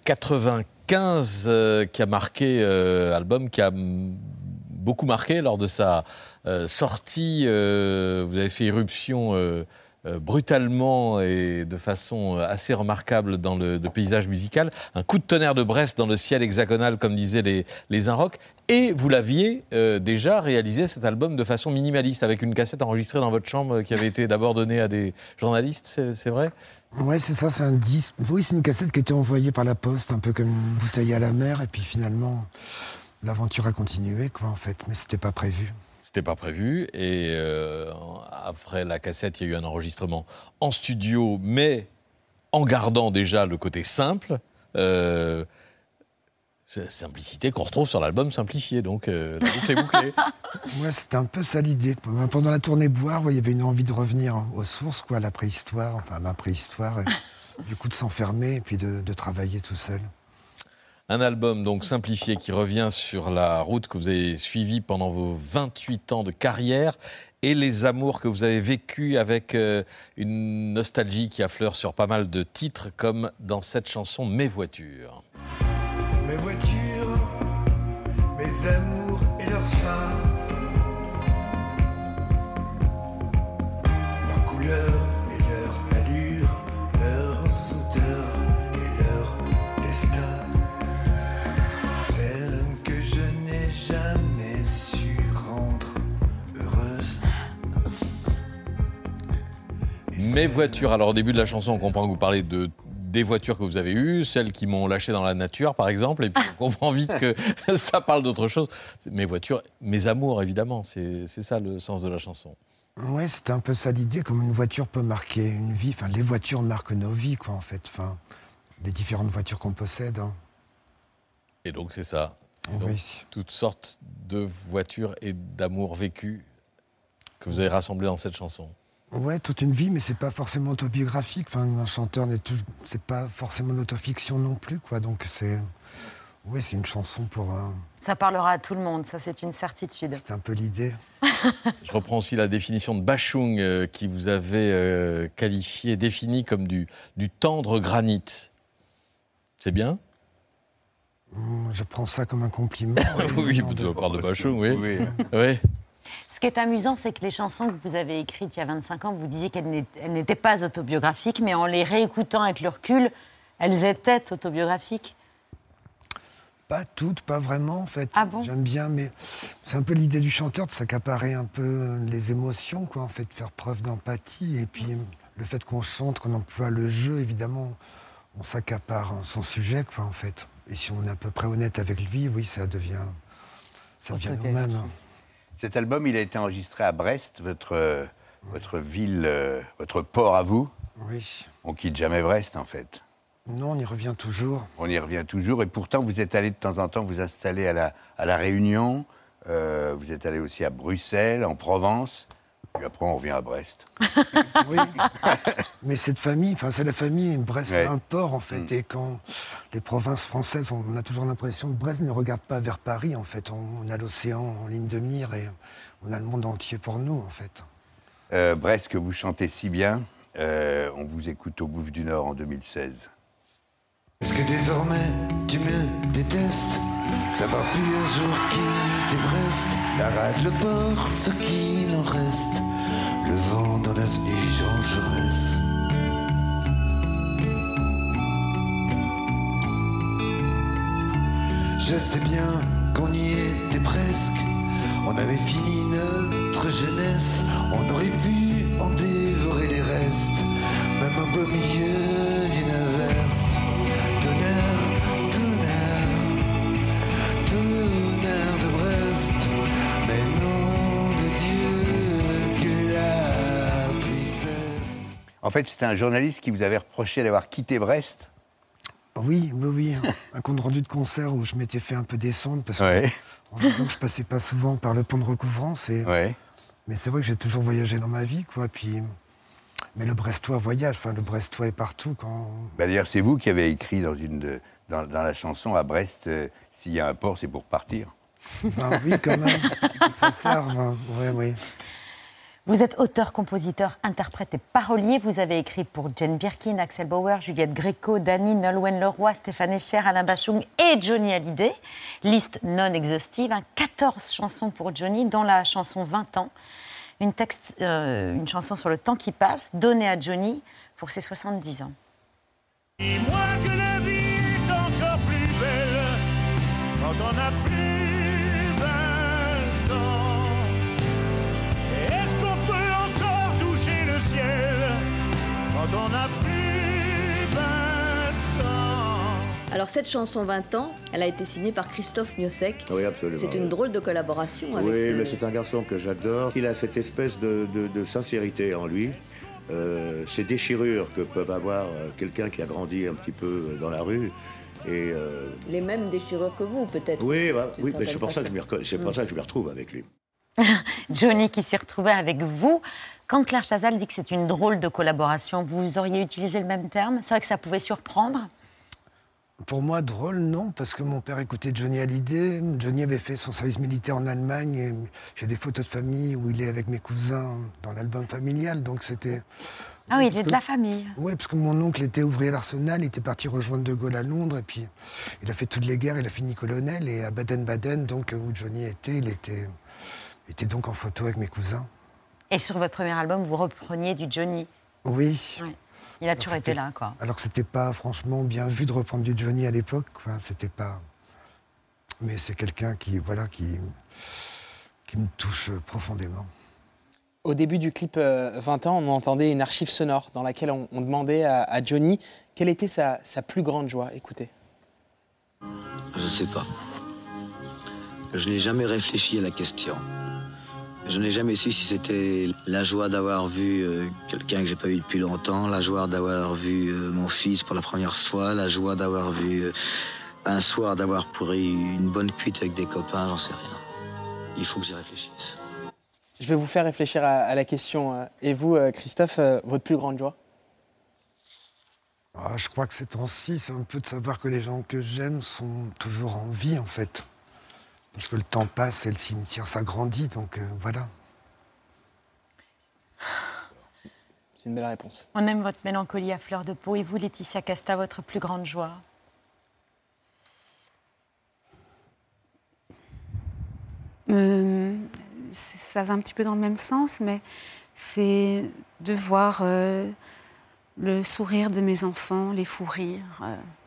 95 qui a marqué, album qui a beaucoup marqué lors de sa sortie. Vous avez fait irruption brutalement et de façon assez remarquable dans le paysage musical. Un coup de tonnerre de Brest dans le ciel hexagonal, comme disaient les Inrocks. Et vous l'aviez déjà réalisé, cet album, de façon minimaliste, avec une cassette enregistrée dans votre chambre qui avait été d'abord donnée à des journalistes, c'est vrai ? Ouais, c'est ça, c'est un disque. Oui, c'est une cassette qui a été envoyée par la poste, un peu comme une bouteille à la mer. Et puis finalement, l'aventure a continué, quoi, en fait. Mais c'était pas prévu. C'était pas prévu. Et après la cassette, il y a eu un enregistrement en studio, mais en gardant déjà le côté simple. C'est simplicité qu'on retrouve sur l'album Simplifié, donc la boucle est bouclée. Ouais, c'était un peu ça l'idée. Pendant la tournée Boire, il y avait une envie de revenir aux sources, quoi, à la préhistoire, enfin à ma préhistoire, et du coup de s'enfermer et puis de travailler tout seul. Un album donc simplifié qui revient sur la route que vous avez suivie pendant vos 28 ans de carrière et les amours que vous avez vécus avec une nostalgie qui affleure sur pas mal de titres, comme dans cette chanson Mes voitures. Mes voitures, mes amours et leurs fins, leurs couleurs et leur allure, leurs odeurs et leur destin, celles que je n'ai jamais su rendre heureuses. Mes voitures, alors au début de la chanson, on comprend que vous parlez des voitures que vous avez eues, celles qui m'ont lâché dans la nature, par exemple, et puis on comprend vite que ça parle d'autre chose. Mes voitures, mes amours, évidemment, c'est ça le sens de la chanson. Ouais, c'était un peu ça l'idée, comme une voiture peut marquer une vie. Enfin, les voitures marquent nos vies, quoi, en fait. Enfin, les différentes voitures qu'on possède. Hein. Et donc, c'est ça. Et donc, toutes sortes de voitures et d'amours vécus que vous avez rassemblés dans cette chanson. Ouais, toute une vie, mais c'est pas forcément autobiographique. Enfin, un chanteur c'est pas forcément de l'autofiction non plus, quoi. Donc c'est une chanson pour. Ça parlera à tout le monde, ça c'est une certitude. C'est un peu l'idée. Je reprends aussi la définition de Bachung qui vous avait défini comme du tendre granit. C'est bien ? Je prends ça comme un compliment. Oui, de la part de Bachung, oui. Oui. Ce qui est amusant, c'est que les chansons que vous avez écrites il y a 25 ans, vous disiez qu'elles n'étaient pas autobiographiques, mais en les réécoutant avec le recul, elles étaient autobiographiques. Pas toutes, pas vraiment, en fait. Ah bon ? J'aime bien, mais c'est un peu l'idée du chanteur de s'accaparer un peu les émotions, quoi, en fait, de faire preuve d'empathie. Et puis, le fait qu'on chante, qu'on emploie le jeu, évidemment, on s'accapare son sujet, quoi, en fait. Et si on est à peu près honnête avec lui, oui, ça devient nous-mêmes. Cet album, il a été enregistré à Brest, votre ville, votre port à vous. Oui. On quitte jamais Brest, en fait. Non, on y revient toujours. On y revient toujours. Et pourtant, vous êtes allé de temps en temps vous installer à la Réunion. Vous êtes allé aussi à Bruxelles, en Provence. Puis après, on revient à Brest. Oui. Mais cette famille, c'est la famille. Brest, c'est un port, en fait. Et quand les provinces françaises, on a toujours l'impression que Brest ne regarde pas vers Paris, en fait. On a l'océan en ligne de mire et on a le monde entier pour nous, en fait. Brest, que vous chantez si bien, on vous écoute au Bouffe du Nord en 2016. Est-ce que désormais tu me détestes ? d'avoir pu un jour quitter Brest, la rade, le port, ce qu'il en reste, le vent dans l'avenue Jean Jaurès. Je sais bien qu'on y était presque, on avait fini notre jeunesse, on aurait pu en dévorer les restes, même un beau milieu d'une averse. Tonnerre, tonnerre, tonnerre de Brest, mais nom de Dieu que la pluie cesse. En fait, c'était un journaliste qui vous avait reproché d'avoir quitté Brest. Oui. Un compte rendu de concert où je m'étais fait un peu descendre parce Ouais. que je passais pas souvent par le pont de Recouvrance. Mais c'est vrai que j'ai toujours voyagé dans ma vie, quoi. Puis, mais le Brestois voyage, le Brestois est partout. D'ailleurs, c'est vous qui avez écrit dans la chanson à Brest, s'il y a un port, c'est pour partir. Ben oui, quand même. Faut que ça serve. Oui. Vous êtes auteur, compositeur, interprète et parolier. Vous avez écrit pour Jane Birkin, Axel Bauer, Juliette Gréco, Dany, Nolwenn Leroy, Stéphane Echer, Alain Bachung et Johnny Hallyday. Liste non exhaustive, 14 chansons pour Johnny, dont la chanson 20 ans. Une chanson sur le temps qui passe, donnée à Johnny pour ses 70 ans. Dis-moi que la vie est encore plus belle quand on a plus 20 ans. Est-ce qu'on peut encore toucher le ciel quand on a plus 20 ans? Alors cette chanson 20 ans, elle a été signée par Christophe Miossec. Oui, absolument. C'est une drôle de collaboration avec Oui, mais c'est un garçon que j'adore. Il a cette espèce de sincérité en lui. Ces déchirures que peuvent avoir quelqu'un qui a grandi un petit peu dans la rue. Et les mêmes déchirures que vous, peut-être. Oui, mais c'est pour ça que je me retrouve avec lui. Johnny qui s'est retrouvé avec vous. Quand Claire Chazal dit que c'est une drôle de collaboration, vous auriez utilisé le même terme? C'est vrai que ça pouvait surprendre? Pour moi, drôle, non, parce que mon père écoutait Johnny Hallyday. Johnny avait fait son service militaire en Allemagne. Et j'ai des photos de famille où il est avec mes cousins dans l'album familial. Donc c'était... Ah oui, il est de la famille. Oui, parce que mon oncle était ouvrier à l'Arsenal. Il était parti rejoindre De Gaulle à Londres. Et puis, il a fait toutes les guerres. Il a fini colonel. Et à Baden-Baden, donc, où Johnny était, il était donc en photo avec mes cousins. Et sur votre premier album, vous repreniez du Johnny? Oui. Ouais. Il a toujours été là, quoi. Alors que c'était pas franchement bien vu de reprendre du Johnny à l'époque, quoi. C'était pas... Mais c'est quelqu'un qui me touche profondément. Au début du clip 20 ans, on entendait une archive sonore dans laquelle on demandait à Johnny quelle était sa plus grande joie. Écoutez. Je ne sais pas. Je n'ai jamais réfléchi à la question. Je n'ai jamais su si c'était la joie d'avoir vu quelqu'un que j'ai pas vu depuis longtemps, la joie d'avoir vu mon fils pour la première fois, la joie d'avoir vu un soir d'avoir pris une bonne cuite avec des copains, j'en sais rien. Il faut que j'y réfléchisse. Je vais vous faire réfléchir à la question. Et vous, Christophe, votre plus grande joie? Je crois que ces temps-ci, c'est un peu de savoir que les gens que j'aime sont toujours en vie, en fait. Parce que le temps passe et le cimetière s'agrandit, donc voilà. C'est une belle réponse. On aime votre mélancolie à fleur de peau. Et vous, Laetitia Casta, votre plus grande joie? Ça va un petit peu dans le même sens, mais c'est de voir le sourire de mes enfants, les fous rires,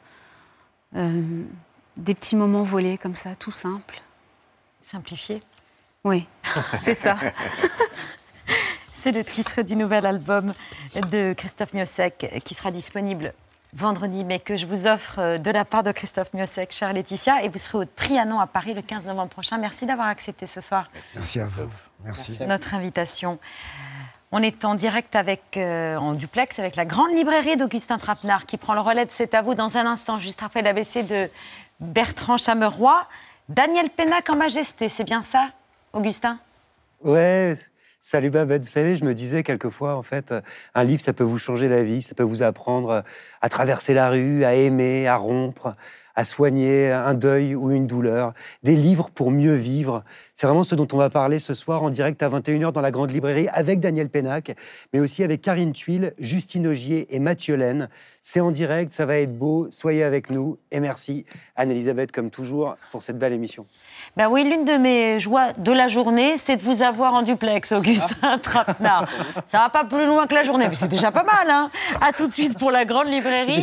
des petits moments volés comme ça, tout simple. Simplifié? Oui, c'est ça. C'est le titre du nouvel album de Christophe Miossec qui sera disponible vendredi, mais que je vous offre de la part de Christophe Miossec, chère Laetitia, et vous serez au Trianon à Paris le 15 novembre prochain. Merci d'avoir accepté ce soir. Merci à vous. Merci. Notre invitation. On est en direct en duplex avec la grande librairie d'Augustin Trapenard qui prend le relais de C'est à vous dans un instant, juste après l'ABC de Bertrand Chameroy. Daniel Pénac en majesté, c'est bien ça, Augustin? Ouais, salut Babette. Vous savez, je me disais quelquefois, en fait, un livre, ça peut vous changer la vie, ça peut vous apprendre à traverser la rue, à aimer, à rompre, à soigner un deuil ou une douleur, des livres pour mieux vivre. C'est vraiment ce dont on va parler ce soir en direct à 21h dans la Grande Librairie avec Daniel Pénac, mais aussi avec Karine Thuil, Justine Augier et Mathieu Laine. C'est en direct, ça va être beau, soyez avec nous et merci Anne-Elisabeth comme toujours pour cette belle émission. Ben oui, l'une de mes joies de la journée, c'est de vous avoir en duplex, Augustin Trapenard. Ça va pas plus loin que la journée, mais c'est déjà pas mal, hein. À tout de suite pour la Grande Librairie.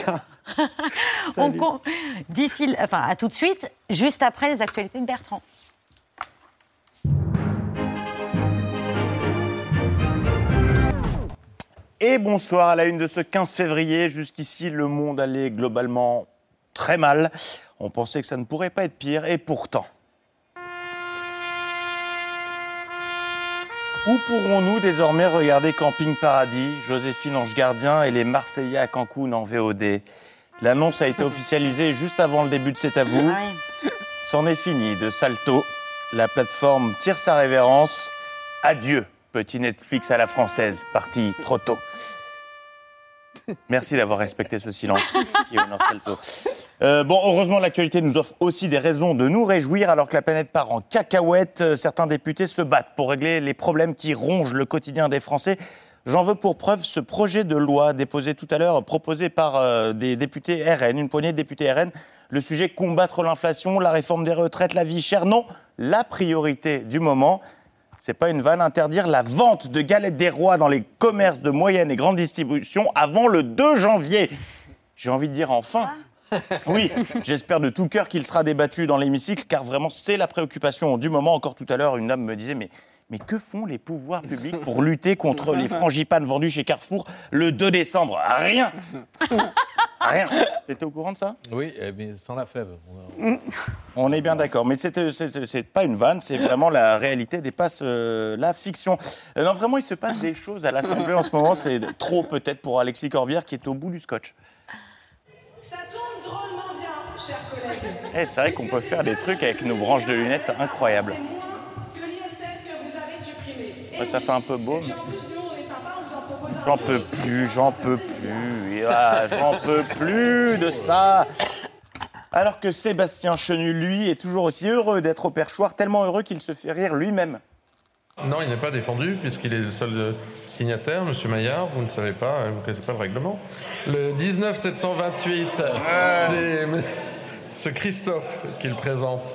À tout de suite, juste après les actualités de Bertrand. Et bonsoir à la une de ce 15 février. Jusqu'ici, le monde allait globalement très mal. On pensait que ça ne pourrait pas être pire, et pourtant. Où pourrons-nous désormais regarder Camping Paradis, Joséphine Ange Gardien et les Marseillais à Cancun en VOD? L'annonce a été officialisée juste avant le début de C'est à vous. C'en est fini de Salto. La plateforme tire sa révérence. Adieu, petit Netflix à la française, parti trop tôt. Merci d'avoir respecté ce silence qui honore Salto. Heureusement, l'actualité nous offre aussi des raisons de nous réjouir. Alors que la planète part en cacahuète, certains députés se battent pour régler les problèmes qui rongent le quotidien des Français. J'en veux pour preuve ce projet de loi déposé tout à l'heure, proposé par des députés RN, une poignée de députés RN. Le sujet, combattre l'inflation, la réforme des retraites, la vie chère. Non, la priorité du moment, c'est pas une vanne, interdire la vente de galettes des rois dans les commerces de moyenne et grande distribution avant le 2 janvier. J'ai envie de dire enfin. Oui, j'espère de tout cœur qu'il sera débattu dans l'hémicycle, car vraiment c'est la préoccupation du moment. Encore tout à l'heure, une dame me disait mais que font les pouvoirs publics pour lutter contre les frangipanes vendues chez Carrefour le 2 décembre? Rien. Rien. T'étais au courant de ça? Oui, mais sans la fève. On est bien d'accord, mais c'est pas une vanne, c'est vraiment la réalité dépasse la fiction. Non, vraiment, il se passe des choses à l'Assemblée en ce moment, c'est trop peut-être pour Alexis Corbière qui est au bout du scotch. Ça tourne drôlement bien, chers collègues. C'est vrai qu'on peut faire des trucs avec nos branches de lunettes incroyables. Ça fait un peu beau. J'en peux plus. J'en peux plus de ça. Alors que Sébastien Chenu, lui, est toujours aussi heureux d'être au perchoir, tellement heureux qu'il se fait rire lui-même. Non, il n'est pas défendu, puisqu'il est le seul signataire, M. Maillard, vous ne savez pas, vous ne connaissez pas le règlement. Le 19-728, c'est ce Christophe qu'il présente.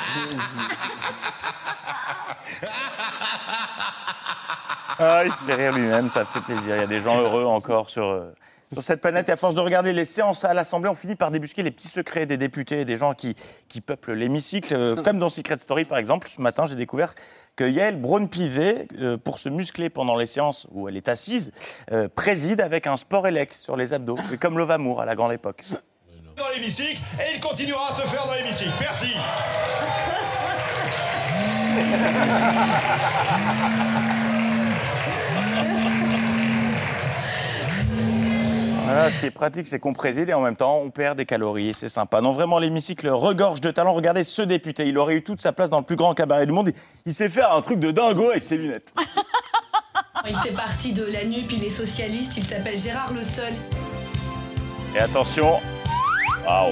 Il se fait rire lui-même, ça fait plaisir. Il y a des gens heureux encore sur cette planète. Et à force de regarder les séances à l'Assemblée, on finit par débusquer les petits secrets des députés, des gens qui peuplent l'hémicycle. Comme dans Secret Story, par exemple. Ce matin, j'ai découvert que Yael Braun-Pivet, pour se muscler pendant les séances où elle est assise, préside avec un sport élect sur les abdos, comme Lovamour à la grande époque. Dans l'hémicycle, et il continuera à se faire dans l'hémicycle. Merci. Voilà, ce qui est pratique, c'est qu'on préside et en même temps, on perd des calories. C'est sympa. Non, vraiment, l'hémicycle regorge de talent. Regardez ce député. Il aurait eu toute sa place dans le plus grand cabaret du monde. Il sait faire un truc de dingo avec ses lunettes. Il fait partie de la NUP, il est socialiste. Il s'appelle Gérard Le Seul. Et attention. Waouh.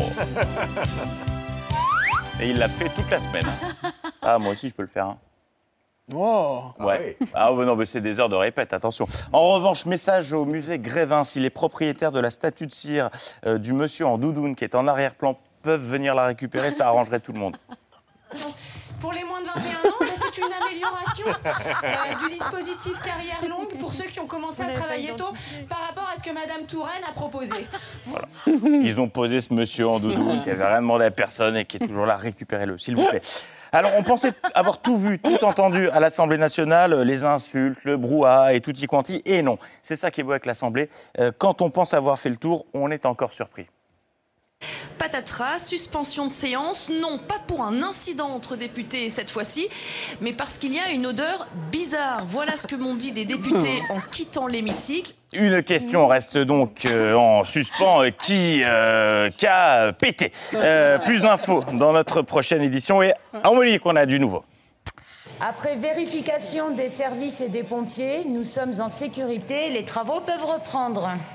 Et il l'a fait toute la semaine. Ah, moi aussi, je peux le faire. Wow. Ouais. Non, mais c'est des heures de répète, attention. En revanche, message au musée Grévin. Si les propriétaires de la statue de cire du monsieur en doudoune qui est en arrière-plan peuvent venir la récupérer, ça arrangerait tout le monde. Pour les moins de 21 ans, c'est une amélioration du dispositif carrière longue pour ceux qui ont commencé à travailler tôt par rapport à ce que Madame Touraine a proposé. Voilà. Ils ont posé ce monsieur en doudoune qui n'avait rien demandé à personne et qui est toujours là. Récupérez-le, s'il vous plaît. Alors, on pensait avoir tout vu, tout entendu à l'Assemblée nationale, les insultes, le brouhaha et tutti quanti. Et non, c'est ça qui est beau avec l'Assemblée. Quand on pense avoir fait le tour, on est encore surpris. Patatras, suspension de séance, non pas pour un incident entre députés cette fois-ci, mais parce qu'il y a une odeur bizarre. Voilà ce que m'ont dit des députés en quittant l'hémicycle. Une question reste donc en suspens. Qui a pété plus d'infos dans notre prochaine édition. Et en Monique, on a du nouveau. Après vérification des services et des pompiers, nous sommes en sécurité. Les travaux peuvent reprendre.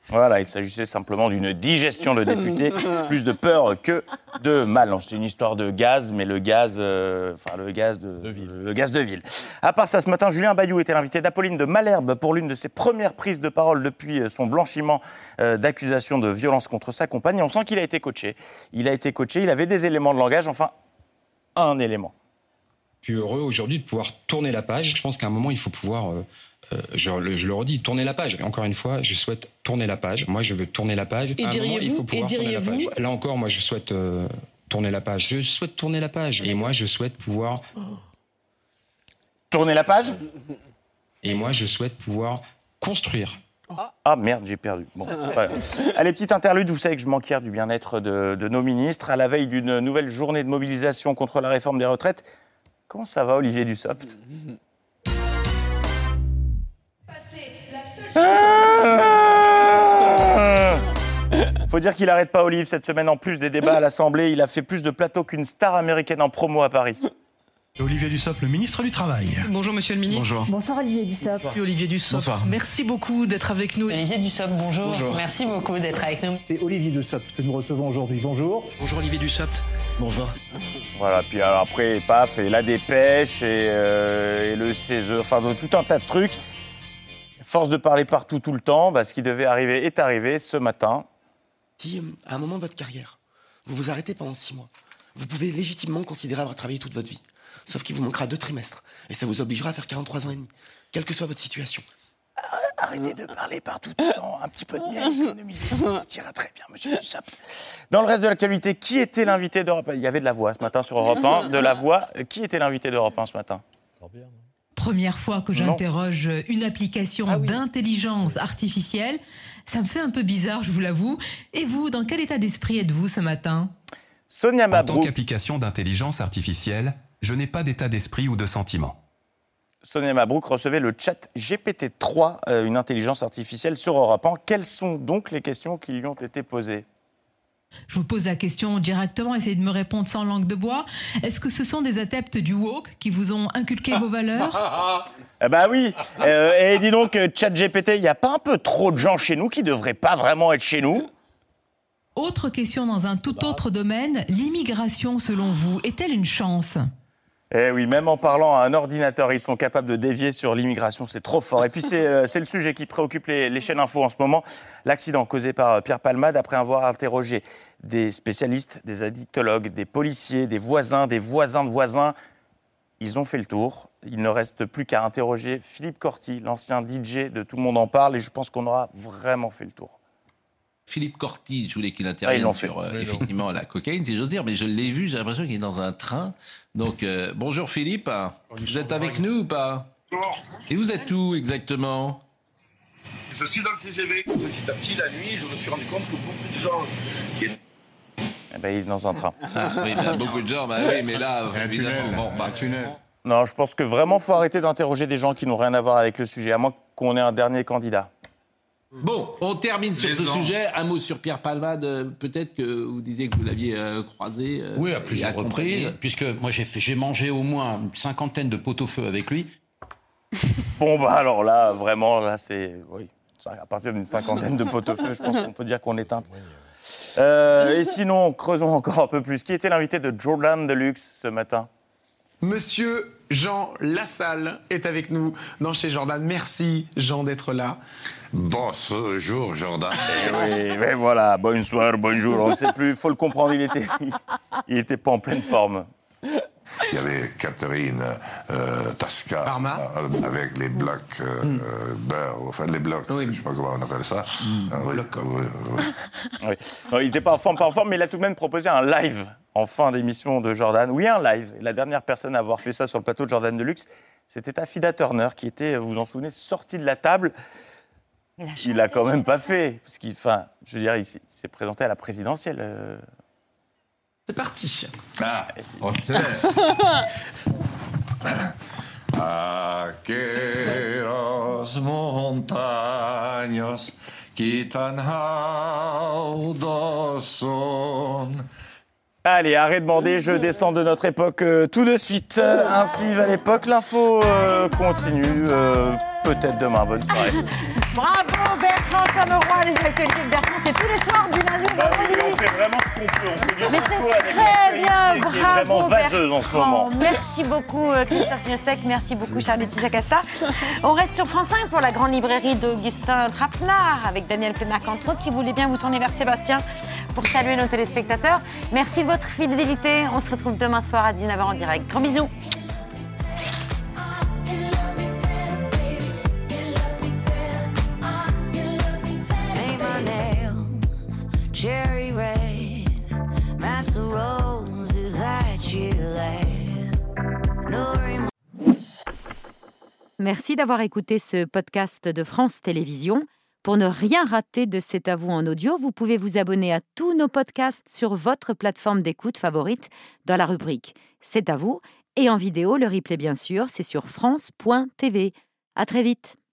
Voilà, il s'agissait simplement d'une digestion de député, plus de peur que de mal. C'est une histoire de gaz, mais le gaz de ville. À part ça, ce matin, Julien Bayou était l'invité d'Apolline de Malherbe pour l'une de ses premières prises de parole depuis son blanchiment d'accusations de violence contre sa compagne. On sent qu'il a été coaché. Il avait des éléments de langage, enfin, un élément. Je suis heureux aujourd'hui de pouvoir tourner la page. Je pense qu'à un moment, il faut pouvoir... je le redis, tourner la page. Encore une fois, je souhaite tourner la page. Moi, je veux tourner la page. Et diriez-vous Là encore, moi, je souhaite tourner la page. Je souhaite tourner la page. Et moi, je souhaite pouvoir... Tourner la page ? Et moi, je souhaite pouvoir construire. Ah merde, j'ai perdu. Bon, c'est pas grave. Allez, petite interlude, vous savez que je manque hier du bien-être de nos ministres. À la veille d'une nouvelle journée de mobilisation contre la réforme des retraites. Comment ça va, Olivier Dussopt ? Faut dire qu'il n'arrête pas, Olive, cette semaine. En plus des débats à l'Assemblée, il a fait plus de plateaux qu'une star américaine en promo à Paris. Olivier Dussopt, le ministre du Travail. Bonjour Monsieur le ministre. Bonjour. Bonsoir Olivier Dussopt. C'est Olivier Dussopt. Bonsoir. Merci beaucoup d'être avec nous. Olivier Dussopt, bonjour. Bonjour. Merci beaucoup d'être avec nous. C'est Olivier Dussopt que nous recevons aujourd'hui. Bonjour. Bonjour Olivier Dussopt. Bonjour. Voilà, puis alors après, paf, et la dépêche, et le CESE, enfin tout un tas de trucs. Force de parler partout tout le temps, ce qui devait arriver est arrivé ce matin. Si, à un moment de votre carrière, vous vous arrêtez pendant 6 mois, vous pouvez légitimement considérer avoir travaillé toute votre vie. Sauf qu'il vous manquera 2 trimestres. Et ça vous obligera à faire 43 ans et demi, quelle que soit votre situation. Arrêtez de parler partout tout le temps. Un petit peu de miel économisé. Ça ira très bien, monsieur Dussopt. Dans le reste de l'actualité, qui était l'invité d'Europe 1 ? Il y avait de la voix ce matin sur Europe 1. De la voix. Qui était l'invité d'Europe 1 ce matin ? Première fois que j'interroge une application d'intelligence artificielle. Ça me fait un peu bizarre, je vous l'avoue. Et vous, dans quel état d'esprit êtes-vous ce matin ? Sonia Mabrouk. En tant qu'application d'intelligence artificielle, je n'ai pas d'état d'esprit ou de sentiment. Sonia Mabrouk recevait le chat GPT-3, une intelligence artificielle sur Europe 1. Quelles sont donc les questions qui lui ont été posées ? Je vous pose la question directement, essayez de me répondre sans langue de bois. Est-ce que ce sont des adeptes du woke qui vous ont inculqué vos valeurs ? Oui. Et dis donc, ChatGPT, il n'y a pas un peu trop de gens chez nous qui ne devraient pas vraiment être chez nous ? Autre question dans un tout autre domaine. L'immigration, selon vous, est-elle une chance ? Eh oui, même en parlant à un ordinateur, ils sont capables de dévier sur l'immigration, c'est trop fort. Et puis c'est le sujet qui préoccupe les chaînes info en ce moment. L'accident causé par Pierre Palmade après avoir interrogé des spécialistes, des addictologues, des policiers, des voisins de voisins. Ils ont fait le tour. Il ne reste plus qu'à interroger Philippe Corti, l'ancien DJ de Tout le monde en parle, et je pense qu'on aura vraiment fait le tour. Philippe Corti, je voulais qu'il intervienne sur effectivement la cocaïne, si j'ose dire, mais je l'ai vu, j'ai l'impression qu'il est dans un train. Donc, bonjour Philippe, vous êtes avec nous ou pas ? Bonjour. Et vous êtes où exactement ? Je suis dans le TGV. Petit à petit, la nuit, je me suis rendu compte que beaucoup de gens qui... il est dans un train. Oui, beaucoup de gens, oui, mais là, évidemment... Un tunnel. Non, je pense que vraiment, il faut arrêter d'interroger des gens qui n'ont rien à voir avec le sujet, à moins qu'on ait un dernier candidat. Bon, on termine sur ce sujet. Un mot sur Pierre Palmade. Peut-être que vous disiez que vous l'aviez croisé. Oui, à plusieurs reprises, puisque moi j'ai mangé au moins une 50aine de pot-au-feu avec lui. Bon, alors là, vraiment, là, c'est... Oui, à partir d'une 50aine de pot-au-feu, je pense qu'on peut dire qu'on est teinte. Et sinon, creusons encore un peu plus. Qui était l'invité de Jordan Deluxe ce matin ? Monsieur Jean Lassalle est avec nous dans Chez Jordan. Merci, Jean, d'être là. Bonjour, Jordan. Oui, mais voilà, bonsoir, bonjour. On ne sait plus, il faut le comprendre, il était pas en pleine forme. Il y avait Catherine Tasca avec les blocs beurre, enfin les blocs, je ne sais pas comment on appelle ça. Oui. Non, il n'était pas en forme, mais il a tout de même proposé un live en fin d'émission de Jordan. Oui, un live. Et la dernière personne à avoir fait ça sur le plateau de Jordan Deluxe, c'était Affida Turner, qui était, vous vous en souvenez, sortie de la table. Il l'a quand même pas fait. Parce qu'il, je veux dire, il s'est présenté à la présidentielle. C'est parti. Ok. Aquelas montañas que tan altas son. Allez, arrête de demander, je descends de notre époque tout de suite. Ainsi va l'époque, l'info continue. peut-être demain. Bonne soirée. Bravo Bertrand Chameroy, les actualités de Bertrand, c'est tous les soirs du lundi au vendredi. On fait vraiment ce qu'on peut, on fait du Mais recours c'est avec très bien, l'actualité qui est vraiment bravo vaseuse en ce moment. Merci beaucoup Christophe Miosek, merci beaucoup Charlotte Sacasta. On reste sur France 5 pour la grande librairie d'Augustin Trapenard avec Daniel Pénac entre autres. Si vous voulez bien vous tourner vers Sébastien pour saluer nos téléspectateurs. Merci de votre fidélité, on se retrouve demain soir à 19h en direct. Gros bisous. Cherry red, match the roses that you laid. Merci d'avoir écouté ce podcast de France Télévisions. Pour ne rien rater de C'est à vous en audio, vous pouvez vous abonner à tous nos podcasts sur votre plateforme d'écoute favorite dans la rubrique C'est à vous. Et en vidéo, le replay bien sûr, c'est sur France.tv. À très vite.